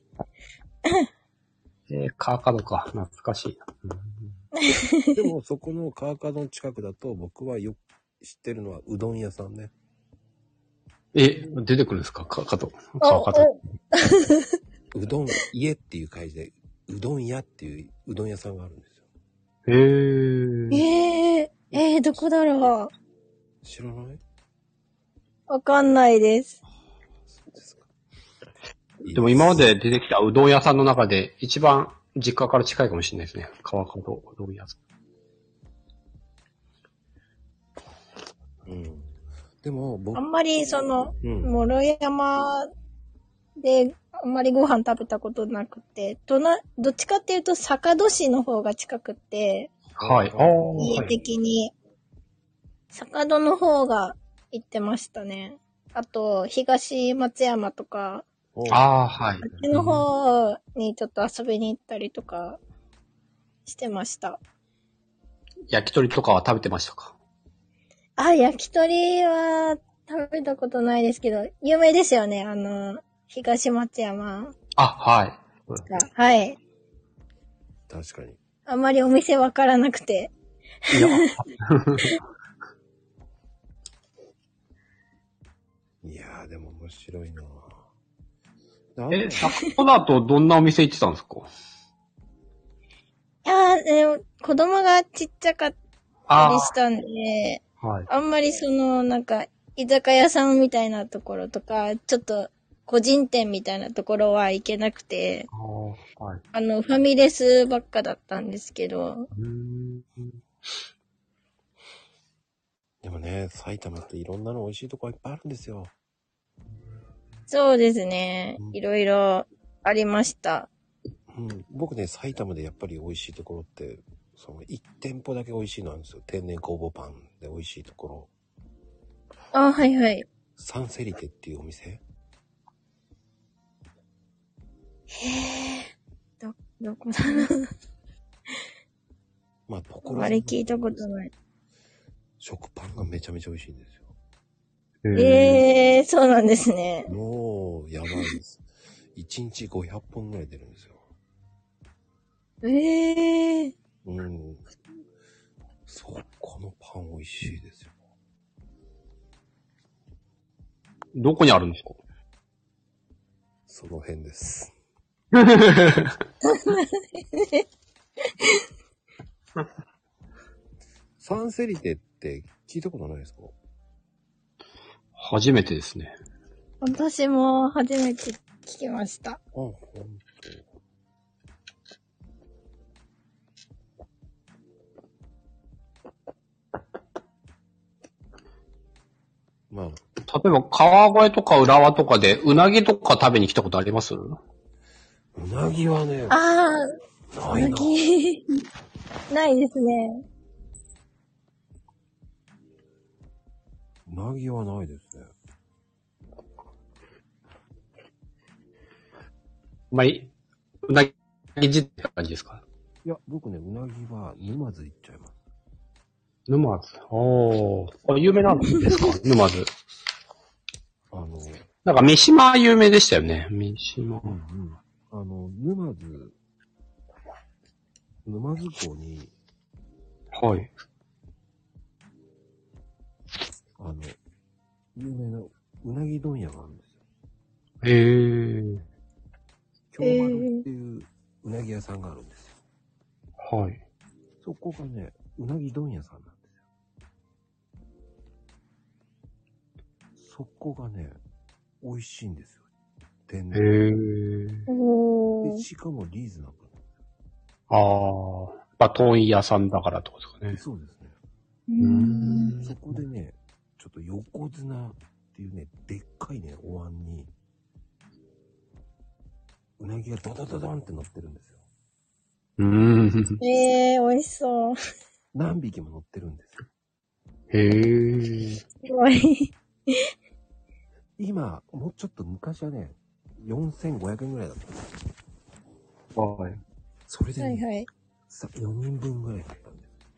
えー、川角か。懐かしいな。 うん、でも、そこの川角の近くだと、僕はよく知ってるのはうどん屋さんね。 え、出てくるんですか？川角。川角。 うどん家っていう会で、うどん屋っていううどん屋さんがあるんですよ。 へー。 えー、えー、どこだろう？ 知らない？ わかんないです。 そうですか。 でも今まで出てきたうどん屋さんの中で一番実家から近いかもしれないですね。川角うどん屋さん。 うん。 でも、僕、 あんまりその、 うん。 諸山であんまりご飯食べたことなくて、どな、どっちかっていうと坂戸市の方が近くって、 はい。ああ、 家はい。 的に、坂戸の方が行ってましたね。あと、東松山とか、 ああ、はい。 あっちの方にちょっと遊びに行ったりとかしてました。 焼き鳥とかは食べてましたか？ あ、焼き鳥は食べたことないですけど、有名ですよね、あの、東松山あ、はい。 が。はい。 確かに。 あんまりお店わからなくて。 いや。 いやー、でも面白いなえ、坂戸だとどんなお店行ってたんですか？ いやー、でも子供がちっちゃかったりしたんで、 はい。 あんまりその、なんか、居酒屋さんみたいなところとか、ちょっと個人店みたいなところは行けなくて、 ああ、はい。 あの、ファミレスばっかだったんですけど。 うーん。 でもね、埼玉っていろんなの美味しいとこいっぱいあるんですよ。 そうですね。いろいろありました。 うん、僕ね、埼玉でやっぱり美味しいところって、そのいち店舗だけ美味しいのあるんですよ。天然酵母パンで美味しいところ。 あ、はいはい。 サンセリテっていうお店。 へえ。ど、どこだろう。 まあ、とこあろまり聞いたことない。 食パンがめちゃめちゃ美味しいんですよ。 ええー、そうなんですね。 もう、やばいです。いちにちごひゃっぽんぐらい出るんですよ。 ええー。 うん。そう、このパン美味しいですよ。 どこにあるんですか？ その辺です。サンセリテって聞いたことないですか？ 初めてですね。 私も初めて聞きました。 あ、ほんと。まあ。 例えば、川越とか浦和とかで、うなぎとか食べに来たことあります？ うなぎはね、 ああ、 ないな。 うなぎ、ないですね。 うなぎはないですね。 まあ、うなぎ自体って感じですか？ いや、僕ね、うなぎは沼津行っちゃいます。 沼津。おー。あ、有名なんですか？沼津。 あの、 なんか三島有名でしたよね。三島。 うんうん。あの、沼津、沼津港に、 はい。 あの、有名なうなぎ問屋があるんですよ。 へー。 京丸っていううなぎ屋さんがあるんですよ。 はい。 そこがね、うなぎ問屋さんなんですよ。そこがね、美味しいんですよ。天然。 へー。 で、しかもリーズナブル。 あー。まあ、問屋さんだからってことですかね。 そうですね。 うーん。 そこでね、ちょっと横綱っていうね、でっかいね、お椀に、うなぎがドドドドンって乗ってるんですよ。 うーん。 ええー、美味しそう。 何匹も乗ってるんですよ。 へー。 すごい。 今、もうちょっと昔はね、よんせんごひゃくえんぐらいだったんですよ。 はい。 それで、ね、 はいはい。 さ、よにんぶんぐらいだったん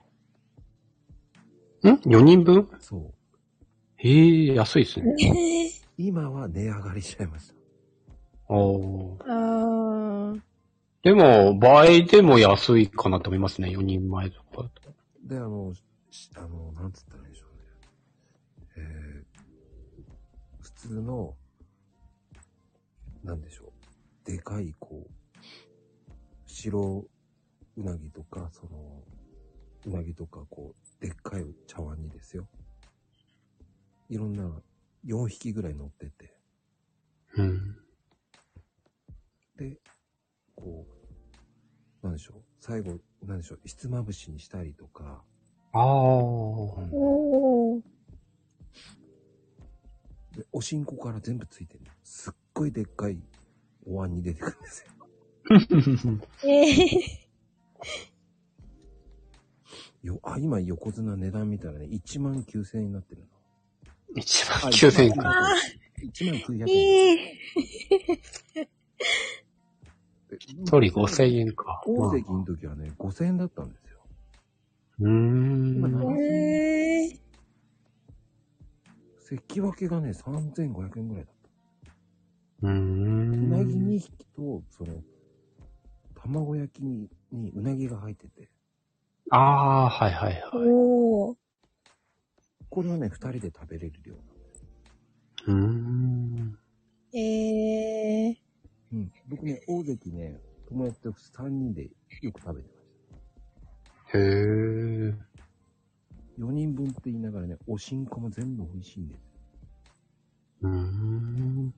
ですん ?よ 人分？ そう。 へー、安いですね。 今は値上がりしちゃいました。 おー。 あー。 でも、倍でも安いかなと思いますね。よにんまえとかだと。 で、あの、あの、なんつったらいいんでしょうね。えー、普通の、なんでしょう。でかい、こう、白うなぎとか、その、うなぎとか、こう、でっかい茶碗にですよ。いろんな、よんひきぐらい乗ってて。 うん。 で、こう、なんでしょう。最後、なんでしょう。ひつまぶしにしたりとか。 ああ。 おー。 で、おしんこから全部ついてる。すっごいでっかいお椀に出てくるんですよ。 ええよ、あ、今横綱値段見たらね、いちまんきゅうせんえんになってるの。 いちまんきゅうせんえんか。 いちまんきゅうひゃくえん。 ええ一人ごせんえんか。 大関の時はね、ごせんえんだったんですよ。 うーん。 ええ関脇がね、さんぜんごひゃくえんぐらいだった。 うーうなぎん。 にひきと、その、卵焼きに、にうなぎが入ってて、 ああ、はいはいはい。 おー。 これはね、二人で食べれる量なんですよ。 うーん。 ええうん。僕ね、大関ね、友達とさんにんでよく食べてました。 へえ。 よにんぶんって言いながらね、おしんこも全部美味しいんですよ。 うーん。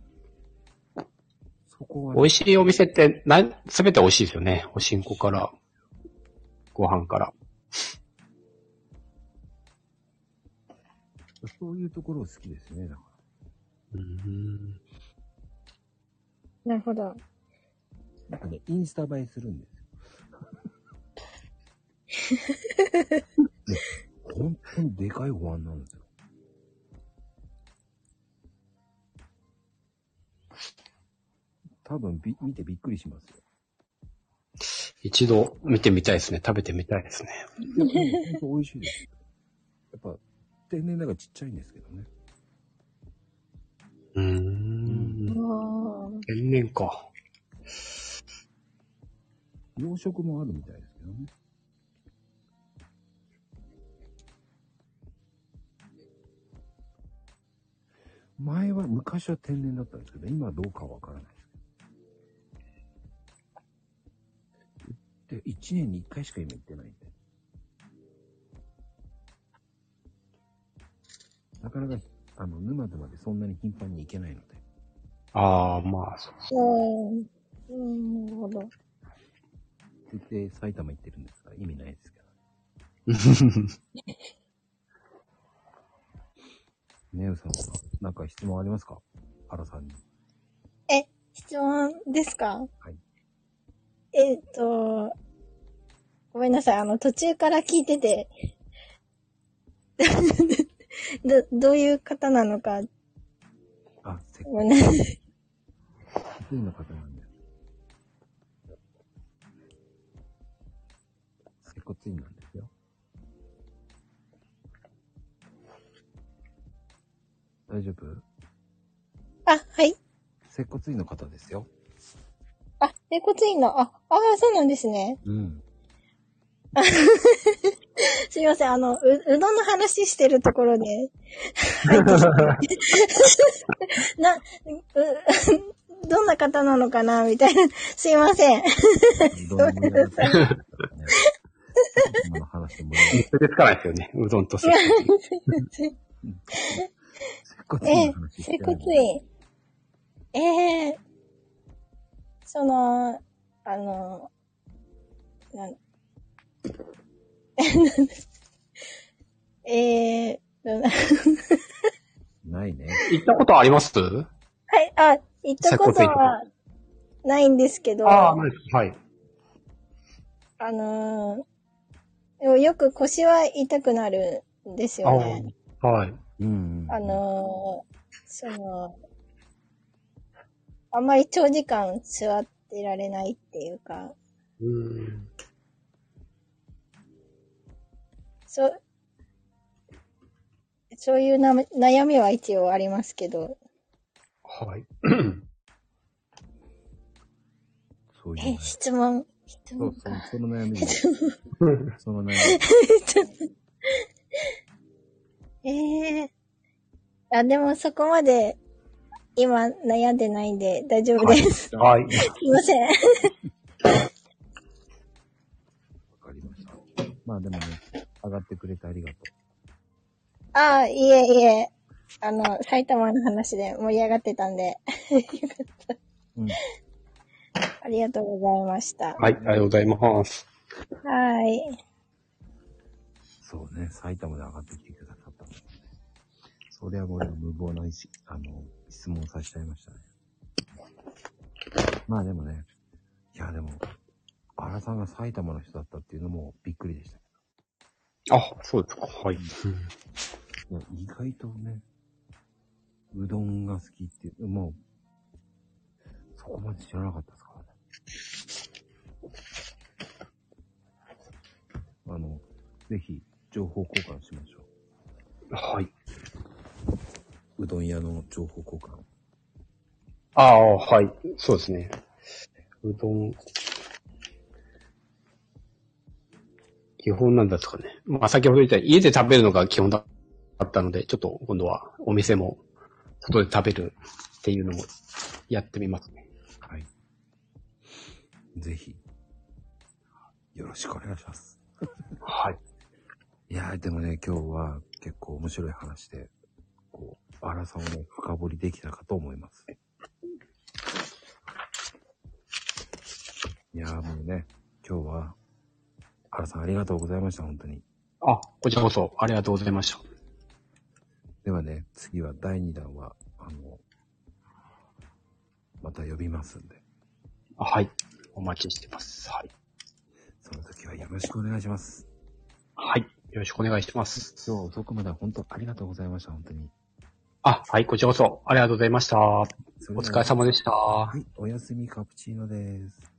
そこは、 美味しいお店って、な、すべて美味しいですよね。おしんこから、ご飯から。 そういうところ好きですね、だかうーん。 なるほど。 ら。なんかね、インスタ映えするんですよ。ね、本当にでかいご飯なんですよ。多分び、見てびっくりしますよ。 一度見てみたいですね。食べてみたいですね。 いや、本当美味しいです。やっぱ、天然だからちっちゃいんですけどね。 うーん。 あー天然か。 養殖もあるみたいですけどね。前は、昔は天然だったんですけど、今はどうかはわからないですけど。で、いちねんにいっかいしか今行ってないんで。なかなか、あの、沼津までそんなに頻繁に行けないので。 ああ、まあ、そうそう。うん、なるほど。 言って埼玉行ってるんですから意味ないですけど。ねうさんは、なんか質問ありますか？アラさんに。 え、質問ですか？ はい。 えっと、ごめんなさい。あの、途中から聞いてて、ど、どういう方なのか、 あ、接ごめんなさい。 骨院の方なんです。接骨院なんですよ。大丈夫？ あ、はい。 接骨院の方ですよ。 あ、接骨院の、あ、あーそうなんですね。 うん。 すいません。あの、う、うどんの話してるところで、入ってしまってな、う、どんな方なのかなみたいな。すいません。 うどんの盛り上がってるね。今の話で盛り上がって結びつかないですよね。うどんとすいや、 接骨院えの話し接てない骨院。ええー、その、あの、なんええー、 ないね。 行ったことあります？ はい、あ、行ったことはないんですけど、 ああ、ないです。はい。 あのー、でもよく腰は痛くなるんですよね。 ああ、はい。 うん、うん。 あのー、その、あんまり長時間座ってられないっていうか、 うーん。 そう、そういうな悩みは一応ありますけど。 はい。 そういうえ、質問、質そう問そうか。、 その悩みで。その悩み。 ちょっとええー、あ、でもそこまで今悩んでないんで大丈夫です。 はい。 すいません。 わかりました。まあでもね、上がってくれてありがとああ、いえいえ。あの、埼玉の話で盛り上がってたんで。よかった。 う。うん。 ありがとうございました。 はい、ありがとうございます。 はい。 そうね、埼玉で上がってきてくださったんですね。 それは俺は無謀な意思、あの、質問させちゃいましたね。まあでもね、いやでも、荒さんが埼玉の人だったっていうのもびっくりでした。 あ、そうですか。はい。 いや意外とね、うどんが好きっていう、もう、そこまで知らなかったですからね。あの、ぜひ、情報交換しましょう。 はい。 うどん屋の情報交換。 ああ、はい。そうですね。うどん。基本なんですかね。まあ先ほど言った家で食べるのが基本だったので、ちょっと今度はお店も外で食べるっていうのもやってみますね。 はい。ぜひ、よろしくお願いします。 はい。 いやーでもね、今日は結構面白い話で、こう、荒さをね、深掘りできたかと思います。いやーもうね、今日は、荒さんありがとうございました、本当に。 あ、こちらこそありがとうございました。 ではね、次はだいにだんは、あの、また呼びますんで。 はい。お待ちしてます。はい。 その時はよろしくお願いします。 はい。よろしくお願いします。 今日遅くまで本当ありがとうございました、本当に。 あ、はい。こちらこそありがとうございました。お疲れ様でした。 はい。おやすみカプチーノです。